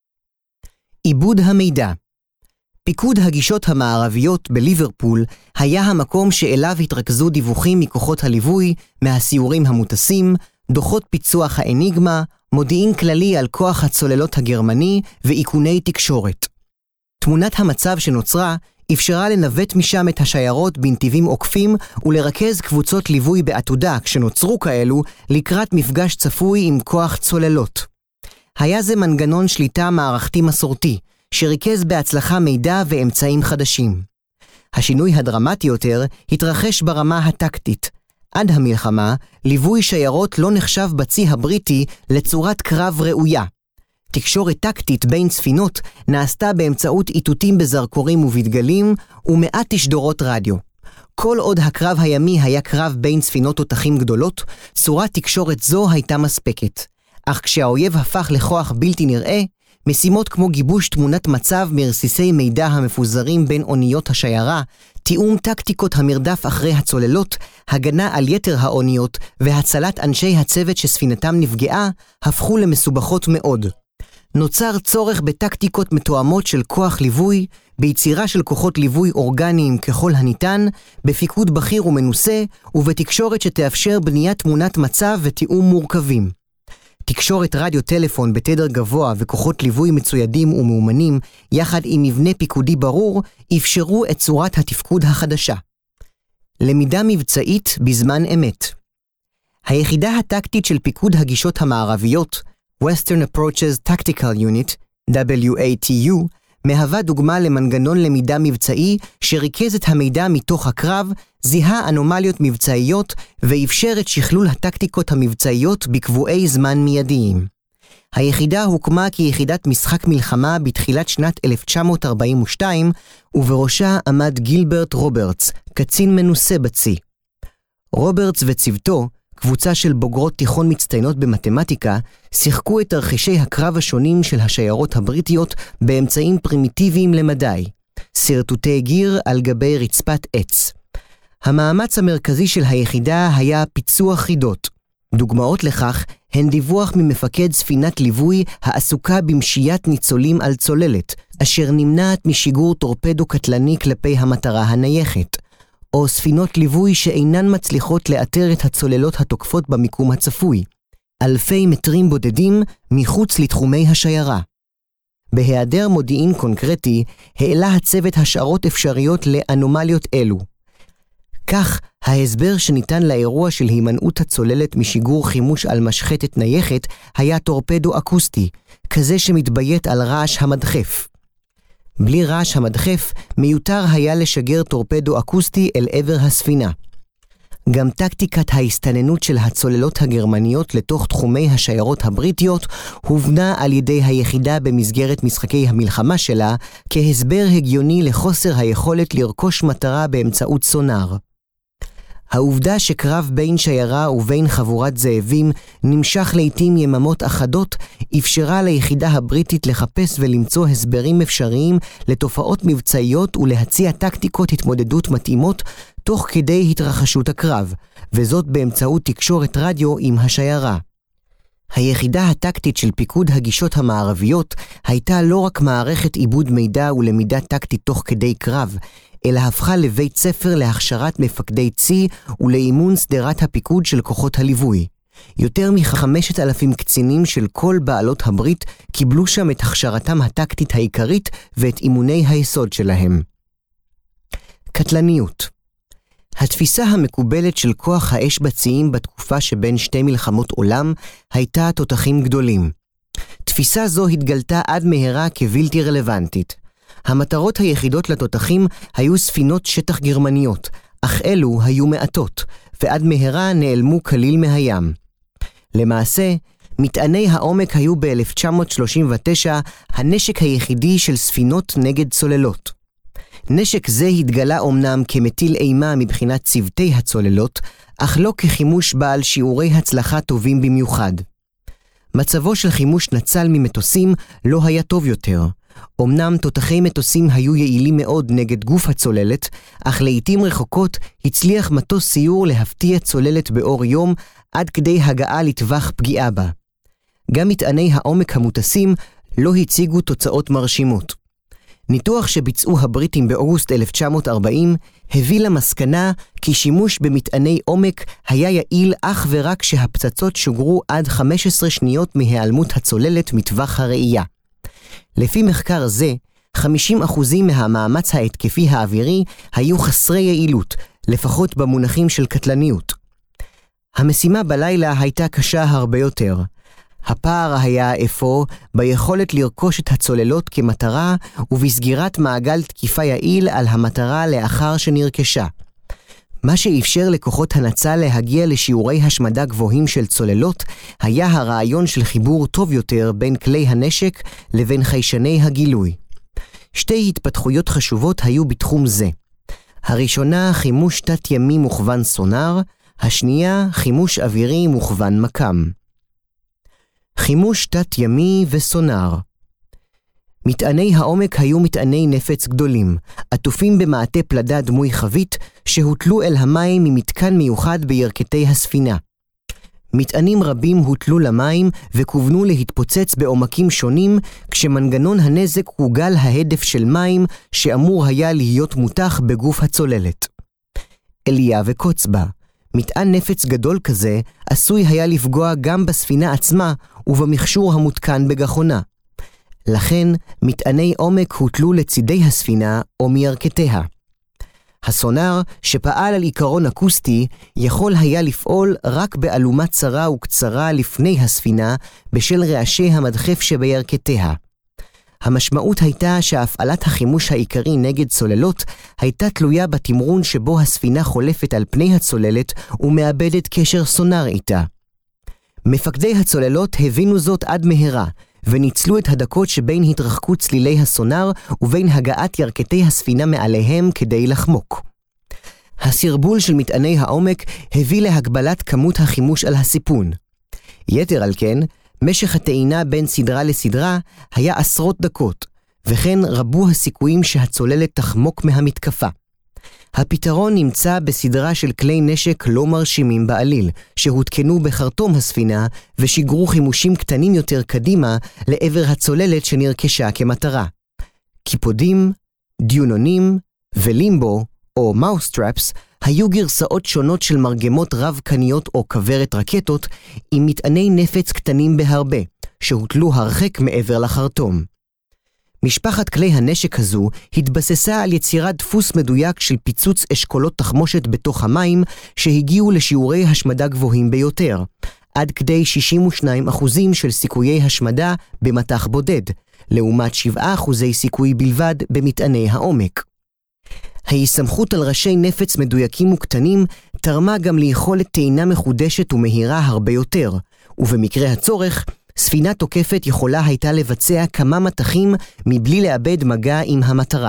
עיבוד המידע. פיקוד הגישות המערביות בליברפול היה המקום שאליו התרכזו דיווחים מכוחות הליווי, מהסיורים המוטסים, דוחות פיצוח האניגמה, מודיעין כללי על כוח הצוללות הגרמני ואיכוני תקשורת. תמונת המצב שנוצרה אפשרה לנווט משם את השיירות בנתיבים עוקפים ולרכז קבוצות ליווי בעתודה כשנוצרו כאלו לקראת מפגש צפוי עם כוח צוללות. היה זה מנגנון שליטה מערכתי מסורתי, שריכז בהצלחה מידע ואמצעים חדשים. השינוי הדרמטי יותר התרחש ברמה הטקטית. עד המלחמה, ליווי שיירות לא נחשב בצי הבריטי לצורת קרב ראויה. תקשורת טקטית בין ספינות נעשתה באמצעות איתותים בזרקורים ובדגלים ומעט תשדורות רדיו. כל עוד הקרב הימי היה קרב בין ספינות תותחים גדולות, צורת תקשורת זו הייתה מספקת. אך כשהאויב הפך לכוח בלתי נראה, משימות כמו גיבוש תמונת מצב מרסיסי מידע המפוזרים בין אוניות השיירה, תיאום טקטיקות המרדף אחרי הצוללות, הגנה על יתר האוניות והצלת אנשי הצוות שספינתם נפגעה, הפכו למסובכות מאוד. נוצר צורך בטקטיקות מתואמות של כוח ליווי, ביצירה של כוחות ליווי אורגניים ככל הניתן, בפיקוד בכיר ומנוסה, ובתקשורת שתאפשר בניית תמונת מצב ותיאום מורכבים. תקשורת רדיו טלפון בתדר גבוה וכוחות ליווי מצוידים ומאומנים, יחד עם מבנה פיקודי ברור, אפשרו את צורת התפקוד החדשה. למידה מבצעית בזמן אמת. היחידה הטקטית של פיקוד הגישות המערביות, Western Approaches Tactical Unit, WATU, מהווה דוגמה למנגנון למידה מבצעי שריכז את המידע מתוך הקרב, זיהה אנומליות מבצעיות ואפשר את שכלול הטקטיקות המבצעיות בקבועי זמן מיידיים. היחידה הוקמה כיחידת משחק מלחמה בתחילת שנת 1942, ובראשה עמד גילברט רוברטס, קצין מנוסה בצי. רוברטס וצוותו, קבוצה של בוגרות תיכון מצטיינות במתמטיקה, שיחקו את תרחישי הקרב השונים של השיירות הבריטיות באמצעים פרימיטיביים למדי, סרטוטי גיר על גבי רצפת עץ. המאמץ המרכזי של היחידה היה פיצוח חידות. דוגמאות לכך הן דיווח ממפקד ספינת ליווי העסוקה במשיית ניצולים על צוללת, אשר נמנעת משיגור טורפדו קטלני כלפי המטרה הנייחת, או ספינות ליווי שאינן מצליחות לאתר את הצוללות התוקפות במיקום הצפוי, אלפי מטרים בודדים מחוץ לתחומי השיירה. בהיעדר מודיעין קונקרטי, העלה הצוות השערות אפשריות לאנומליות אלו. כך, ההסבר שניתן לאירוע של הימנעות הצוללת משיגור חימוש על משחטת נייחת היה טורפדו אקוסטי, כזה שמתביית על רעש המדחף. בלי רעש המדחף, מיותר היה לשגר טורפדו אקוסטי אל עבר הספינה. גם טקטיקת ההסתננות של הצוללות הגרמניות לתוך תחומי השיירות הבריטיות הובנה על ידי היחידה במסגרת משחקי המלחמה שלה כהסבר הגיוני לחוסר היכולת לרכוש מטרה באמצעות סונאר. העובדה שקרב בין שיירה ובין חבורת זאבים נמשך לעתים יממות אחדות, אפשרה ליחידה הבריטית לחפש ולמצוא הסברים אפשריים לתופעות מבצעיות ולהציע טקטיקות התמודדות מתאימות תוך כדי התרחשות הקרב, וזאת באמצעות תקשורת רדיו עם השיירה. היחידה הטקטית של פיקוד הגישות המערביות הייתה לא רק מערכת עיבוד מידע ולמידה טקטית תוך כדי קרב, אלא הפכה לבית ספר להכשרת מפקדי צי ולאימון סדרת הפיקוד של כוחות הליווי. יותר מ-5,000 קצינים של כל בעלות הברית קיבלו שם את הכשרתם הטקטית העיקרית ואת אימוני היסוד שלהם. קטלניות. התפיסה המקובלת של כוח האש בציים בתקופה שבין שתי מלחמות עולם הייתה תותחים גדולים. תפיסה זו התגלתה עד מהרה כבלתי רלוונטית. המטרות היחידות לתותחים היו ספינות שטח גרמניות, אך אלו היו מעטות, ועד מהרה נעלמו כליל מהים. למעשה, מטעני העומק היו ב-1939 הנשק היחידי של ספינות נגד צוללות. נשק זה התגלה אומנם כמטיל אימה מבחינת צוותי הצוללות, אך לא כחימוש בעל שיעורי הצלחה טובים במיוחד. מצבו של חימוש נצל ממטוסים לא היה טוב יותר. אומנם תותחי מטוסים היו יעילים מאוד נגד גוף הצוללת, אך לעתים רחוקות הצליח מטוס סיור להפתיע צוללת באור יום עד כדי הגעה לטווח פגיעה בה. גם מטעני העומק המוטסים לא הציגו תוצאות מרשימות. ניתוח שביצעו הבריטים באוגוסט 1940 הביא למסקנה כי שימוש במטעני עומק היה יעיל אך ורק שהפצצות שוגרו עד 15 שניות מהיעלמות הצוללת מטווח הראייה. לפי מחקר זה, 50% מהמאמץ ההתקפי האווירי היו חסרי יעילות, לפחות במונחים של קטלניות. המשימה בלילה הייתה קשה הרבה יותר. הפער היה אפוא ביכולת לרכוש את הצוללות כמטרה ובסגירת מעגל תקיפה יעיל על המטרה לאחר שנרכשה. מה שאפשר לכוחות הנצל להגיע לשיעורי השמדה גבוהים של צוללות היה הרעיון של חיבור טוב יותר בין כלי הנשק לבין חיישני הגילוי. שתי התפתחויות חשובות היו בתחום זה. הראשונה, חימוש תת-ימי מוכוון סונאר, השנייה, חימוש אווירי מוכוון מקם. חימוש תת-ימי וסונאר. מטעני העומק היו מטעני נפץ גדולים, עטופים במעטה פלדה דמוי חבית שהוטלו אל המים ממתקן מיוחד בירכתי הספינה. מטענים רבים הוטלו למים וכוונו להתפוצץ בעומקים שונים, כשמנגנון הנזק הוא גל ההדף של מים שאמור היה להיות מותח בגוף הצוללת. אליה וקוצבה. מטען נפץ גדול כזה עשוי היה לפגוע גם בספינה עצמה ובמכשור המותקן בגחונה. לכן, מטעני עומק הוטלו לצידי הספינה או מירכתיה. הסונאר, שפעל על עיקרון אקוסטי, יכול היה לפעול רק באלומה צרה וקצרה לפני הספינה בשל רעשי המדחף שבירכתיה. המשמעות הייתה שהפעלת החימוש העיקרי נגד צוללות הייתה תלויה בתמרון שבו הספינה חולפת על פני הצוללת ומאבדת קשר סונאר איתה. מפקדי הצוללות הבינו זאת עד מהרה, וניצלו את הדקות שבין התרחקות צלילי הסונאר ובין הגעת ירכתי הספינה מעליהם כדי לחמוק. הסרבול של מטעני העומק הביא להגבלת כמות החימוש על הסיפון. יתר על כן, משך הטעינה בין סדרה לסדרה היה עשרות דקות, וכן רבו הסיכויים שהצוללת תחמוק מהמתקפה. הפתרון נמצא בסדרה של כלי נשק לא מרשימים בעליל, שהותקנו בחרטום הספינה ושיגרו חימושים קטנים יותר קדימה לעבר הצוללת שנרכשה כמטרה. קיפודים, דיונונים ולימבו, או מאוסטראפס, היו גרסאות שונות של מרגמות רב-קניות או כוורת רקטות עם מטעני נפץ קטנים בהרבה, שהוטלו הרחק מעבר לחרטום. משפחת כלי הנשק הזו התבססה על יצירת דפוס מדויק של פיצוץ אשכולות תחמושת בתוך המים שהגיעו לשיעורי השמדה גבוהים ביותר, עד כדי 62% של סיכויי השמדה במטח בודד, לעומת 7% סיכוי בלבד במטעני העומק. ההסתמכות על ראשי נפץ מדויקים וקטנים תרמה גם ליכולת טעינה מחודשת ומהירה הרבה יותר, ובמקרה הצורך, ספינה תוקפת יכולה הייתה לבצע כמה מטחים מבלי לאבד מגע עם המטרה.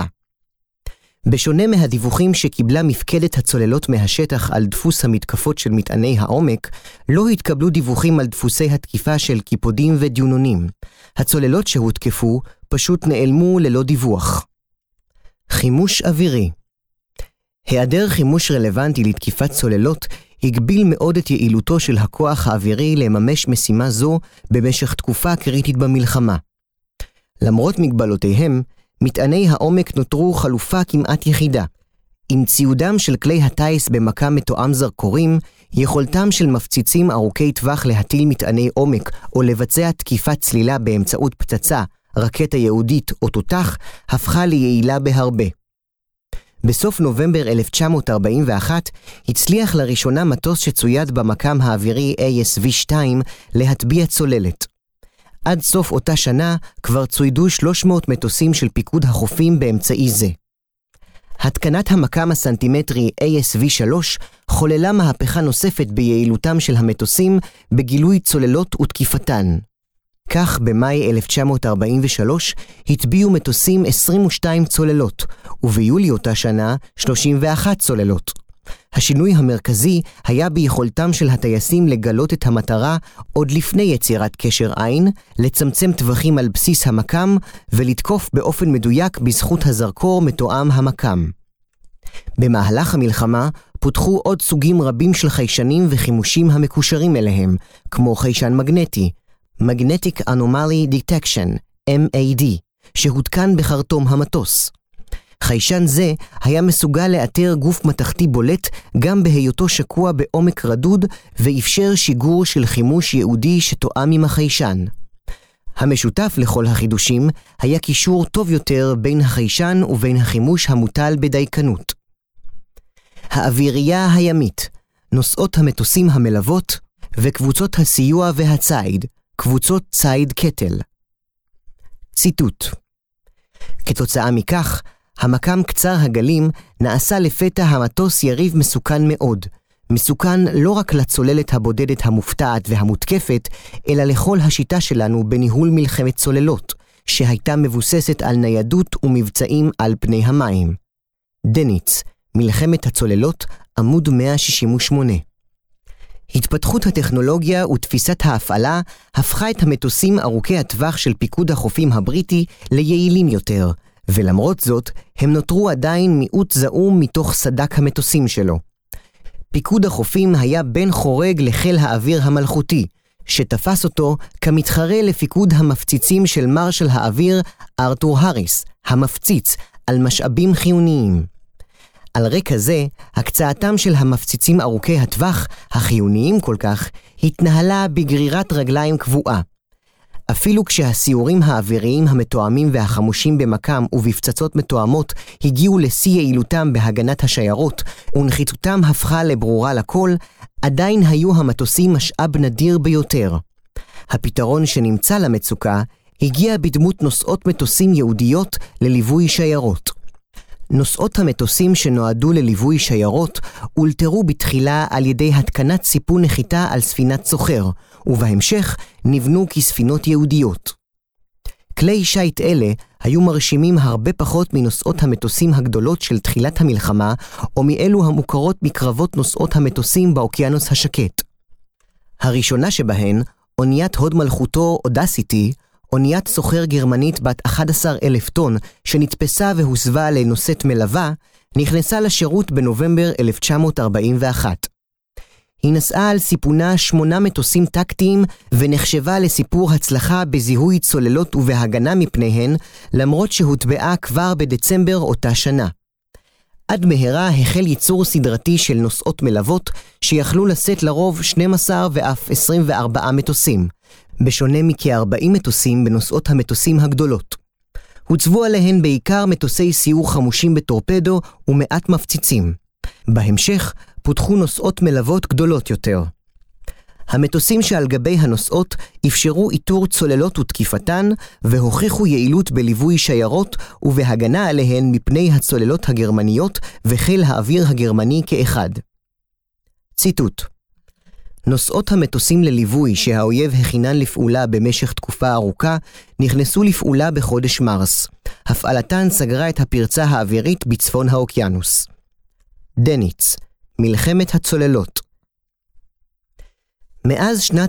בשונה מהדיווחים שקיבלה מפקדת הצוללות מהשטח על דפוס המתקפות של מטעני העומק, לא התקבלו דיווחים על דפוסי התקיפה של קיפודים ודיונונים. הצוללות שהותקפו פשוט נעלמו ללא דיווח. חימוש אווירי. היעדר חימוש רלוונטי לתקיפת צוללות הגביל מאוד את יעילותו של הכוח האווירי לממש משימה זו במשך תקופה קריטית במלחמה. למרות מגבלותיהם, מטעני העומק נותרו חלופה כמעט יחידה. עם ציודם של כלי הטייס במקם מתואם זרקורים, יכולתם של מפציצים ארוכי טווח להטיל מטעני עומק או לבצע תקיפת צלילה באמצעות פצצה, רקטה יהודית או תותח, הפכה ליעילה בהרבה. בסוף נובמבר 1941 הצליח לראשונה מטוס שצויד במקם האווירי ASV-2 להטביע צוללת. עד סוף אותה שנה כבר צוידו 300 מטוסים של פיקוד החופים באמצעי זה. התקנת המקם הסנטימטרי ASV-3 חוללה מהפכה נוספת ביעילותם של המטוסים בגילוי צוללות ותקיפתן. כך במאי 1943 הטביעו מטוסים 22 צוללות, וביולי אותה שנה 31 צוללות. השינוי המרכזי היה ביכולתם של הטייסים לגלות את המטרה עוד לפני יצירת קשר עין, לצמצם טווחים על בסיס המקם ולתקוף באופן מדויק בזכות הזרקור מתואם המקם. במהלך המלחמה פותחו עוד סוגים רבים של חיישנים וחימושים המקושרים אליהם, כמו חיישן מגנטי, Magnetic Anomaly Detection, MAD, שהותקן בחרטום המטוס. חיישן זה היה מסוגל לאתר גוף מתכתי בולט גם בהיותו שקוע בעומק רדוד ואפשר שיגור של חימוש יהודי שתואם עם החיישן. המשותף לכל החידושים היה קישור טוב יותר בין החיישן ובין החימוש המוטל בדייקנות. האווירייה הימית, נושאות המטוסים המלוות וקבוצות הסיוע והצייד, קבוצות צייד קטל. ציטוט: כתוצאה מכך, המקם קצר הגלים נעשה לפתע המטוס יריב מסוכן מאוד, מסוכן לא רק לצוללת הבודדת המופתעת והמותקפת, אלא לכל השיטה שלנו בניהול מלחמת צוללות, שהייתה מבוססת על ניידות ומבצעים על פני המים. דניץ, מלחמת הצוללות, עמוד 168. התפתחות הטכנולוגיה ותפיסת ההפעלה הפכה את המטוסים ארוכי הטווח של פיקוד החופים הבריטי ליעילים יותר, ולמרות זאת, הם נותרו עדיין מיעוט זעום מתוך סדק המטוסים שלו. פיקוד החופים היה בן חורג לחיל האוויר המלכותי, שתפס אותו כמתחרה לפיקוד המפציצים של מרשל האוויר ארתור האריס, המפציץ, על משאבים חיוניים. על רקע זה, הקצאתם של המפציצים ארוכי הטווח, החיוניים כל כך, התנהלה בגרירת רגליים קבועה. אפילו כשהסיורים האוויריים המתואמים והחמושים במקם ובפצצות מתואמות הגיעו לשיא יעילותם בהגנת השיירות, ונחיצותם הפכה לברורה לכל, עדיין היו המטוסים משאב נדיר ביותר. הפתרון שנמצא למצוקה הגיע בדמות נושאות מטוסים יהודיות לליווי שיירות. נושאות המטוסים שנועדו לליווי שיירות אולתרו בתחילה על ידי התקנת סיפון נחיתה על ספינת סוחר, ובהמשך נבנו כספינות יהודיות. כלי שייט אלה היו מרשימים הרבה פחות מנושאות המטוסים הגדולות של תחילת המלחמה, או מאלו המוכרות מקרבות נושאות המטוסים באוקיינוס השקט. הראשונה שבהן, אוניית הוד מלכותו אודסיטי, אוניית סוחר גרמנית בת 11,000 טון, שנתפסה והוסבה לנושאת מלווה, נכנסה לשירות בנובמבר 1941. היא נסעה על סיפונה 8 מטוסים טקטיים ונחשבה לסיפור הצלחה בזיהוי צוללות ובהגנה מפניהן, למרות שהוטבעה כבר בדצמבר אותה שנה. עד מהרה החל ייצור סדרתי של נוסעות מלוות שיכלו לשאת לרוב 12 ואף 24 מטוסים, בשונה מכ-40 מטוסים בנוסעות המטוסים הגדולות. הוצבו עליהן בעיקר מטוסי סיור חמושים בטורפדו ומעט מפציצים. בהמשך פותחו נוסעות מלוות גדולות יותר. המטוסים שעל גבי הנוסעות אפשרו איתור צוללות ותקיפתן, והוכיחו יעילות בליווי שיירות ובהגנה עליהן מפני הצוללות הגרמניות וחיל האוויר הגרמני כאחד. ציטוט: נוסעות המטוסים לליווי שהאויב הכינן לפעולה במשך תקופה ארוכה, נכנסו לפעולה בחודש מרס. הפעלתן סגרה את הפרצה האווירית בצפון האוקיינוס. דניץ, מלחמת הצוללות. מאז שנת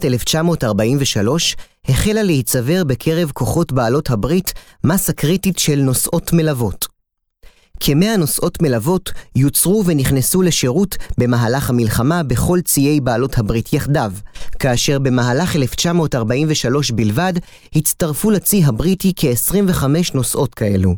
1943 החלה להיצבר בקרב כוחות בעלות הברית מסה קריטית של נוסעות מלוות. כ100 נוסעות מלוות יוצרו ונכנסו לשירות במהלך המלחמה בכל ציי בעלות הברית יחדיו, כאשר במהלך 1943 בלבד הצטרפו לצי הבריטי כ-25 נוסעות כאלו.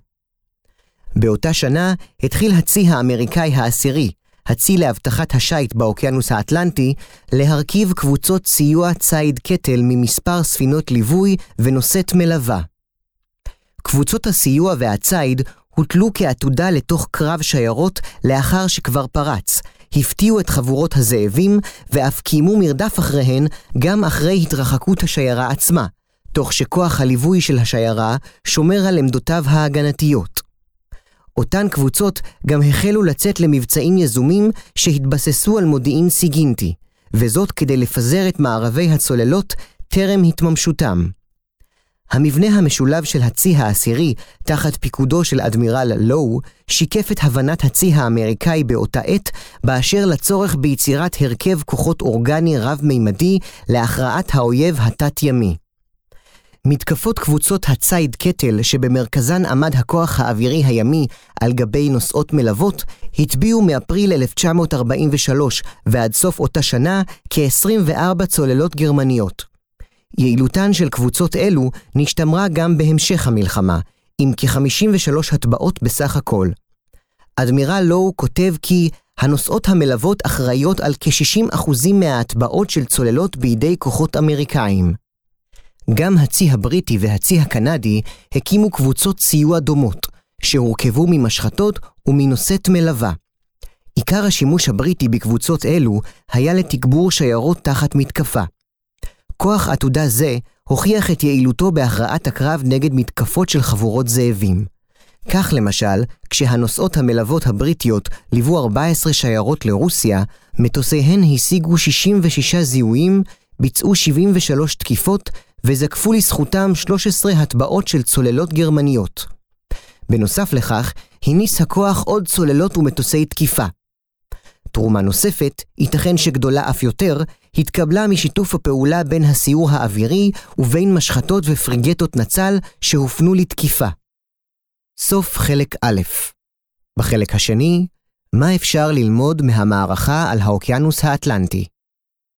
באותה שנה התחיל הצי האמריקאי העשירי, הצי להבטחת השייט באוקיינוס האטלנטי, להרכיב קבוצות סיוע ציד קטל ממספר ספינות ליווי ונושאת מלווה. קבוצות הסיוע והציד הוטלו כעתודה לתוך קרב שיירות לאחר שכבר פרץ, הפתיעו את חבורות הזאבים ואף קיימו מרדף אחריהן גם אחרי התרחקות השיירה עצמה, תוך שכוח הליווי של השיירה שומר על עמדותיו ההגנתיות. אותן קבוצות גם החלו לצאת למבצעים יזומים שהתבססו על מודיעין סיגינטי, וזאת כדי לפזר את מערבי הצוללות טרם התממשותם. המבנה המשולב של הצי העשירי, תחת פיקודו של אדמירל לואו, שיקף את הבנת הצי האמריקאי באותה עת, באשר לצורך ביצירת הרכב כוחות אורגני רב-מימדי להכרעת האויב התת-ימי. מתקפות קבוצות הציד קטל שבמרכזן עמד הכוח האווירי הימי על גבי נוסעות מלוות, הטביעו מאפריל 1943 ועד סוף אותה שנה כ-24 צוללות גרמניות. יעילותן של קבוצות אלו נשתמרה גם בהמשך המלחמה, עם כ-53 הטבעות בסך הכל. אדמירל לואו כותב כי הנוסעות המלוות אחראיות על כ-60% מההטבעות של צוללות בידי כוחות אמריקאים. גם הצי הבריטי והצי הקנדי הקימו קבוצות סיוע דומות, שהורכבו ממשחטות ומנושאת מלווה. עיקר השימוש הבריטי בקבוצות אלו היה לתגבור שיירות תחת מתקפה. כוח עתודה זה הוכיח את יעילותו בהכרעת הקרב נגד מתקפות של חבורות זאבים. כך למשל, כשהנוסעות המלוות הבריטיות ליוו 14 שיירות לרוסיה, מטוסיהן השיגו 66 זיהויים, ביצעו 73 תקיפות וזקפו לזכותם 13 הטבעות של צוללות גרמניות. בנוסף לכך, הניס הכוח עוד צוללות ומטוסי תקיפה. תרומה נוספת, ייתכן שגדולה אף יותר, התקבלה משיתוף הפעולה בין הסיור האווירי ובין משחטות ופריגטות נצל שהופנו לתקיפה. סוף חלק א'. בחלק השני, מה אפשר ללמוד מהמערכה על האוקיינוס האטלנטי?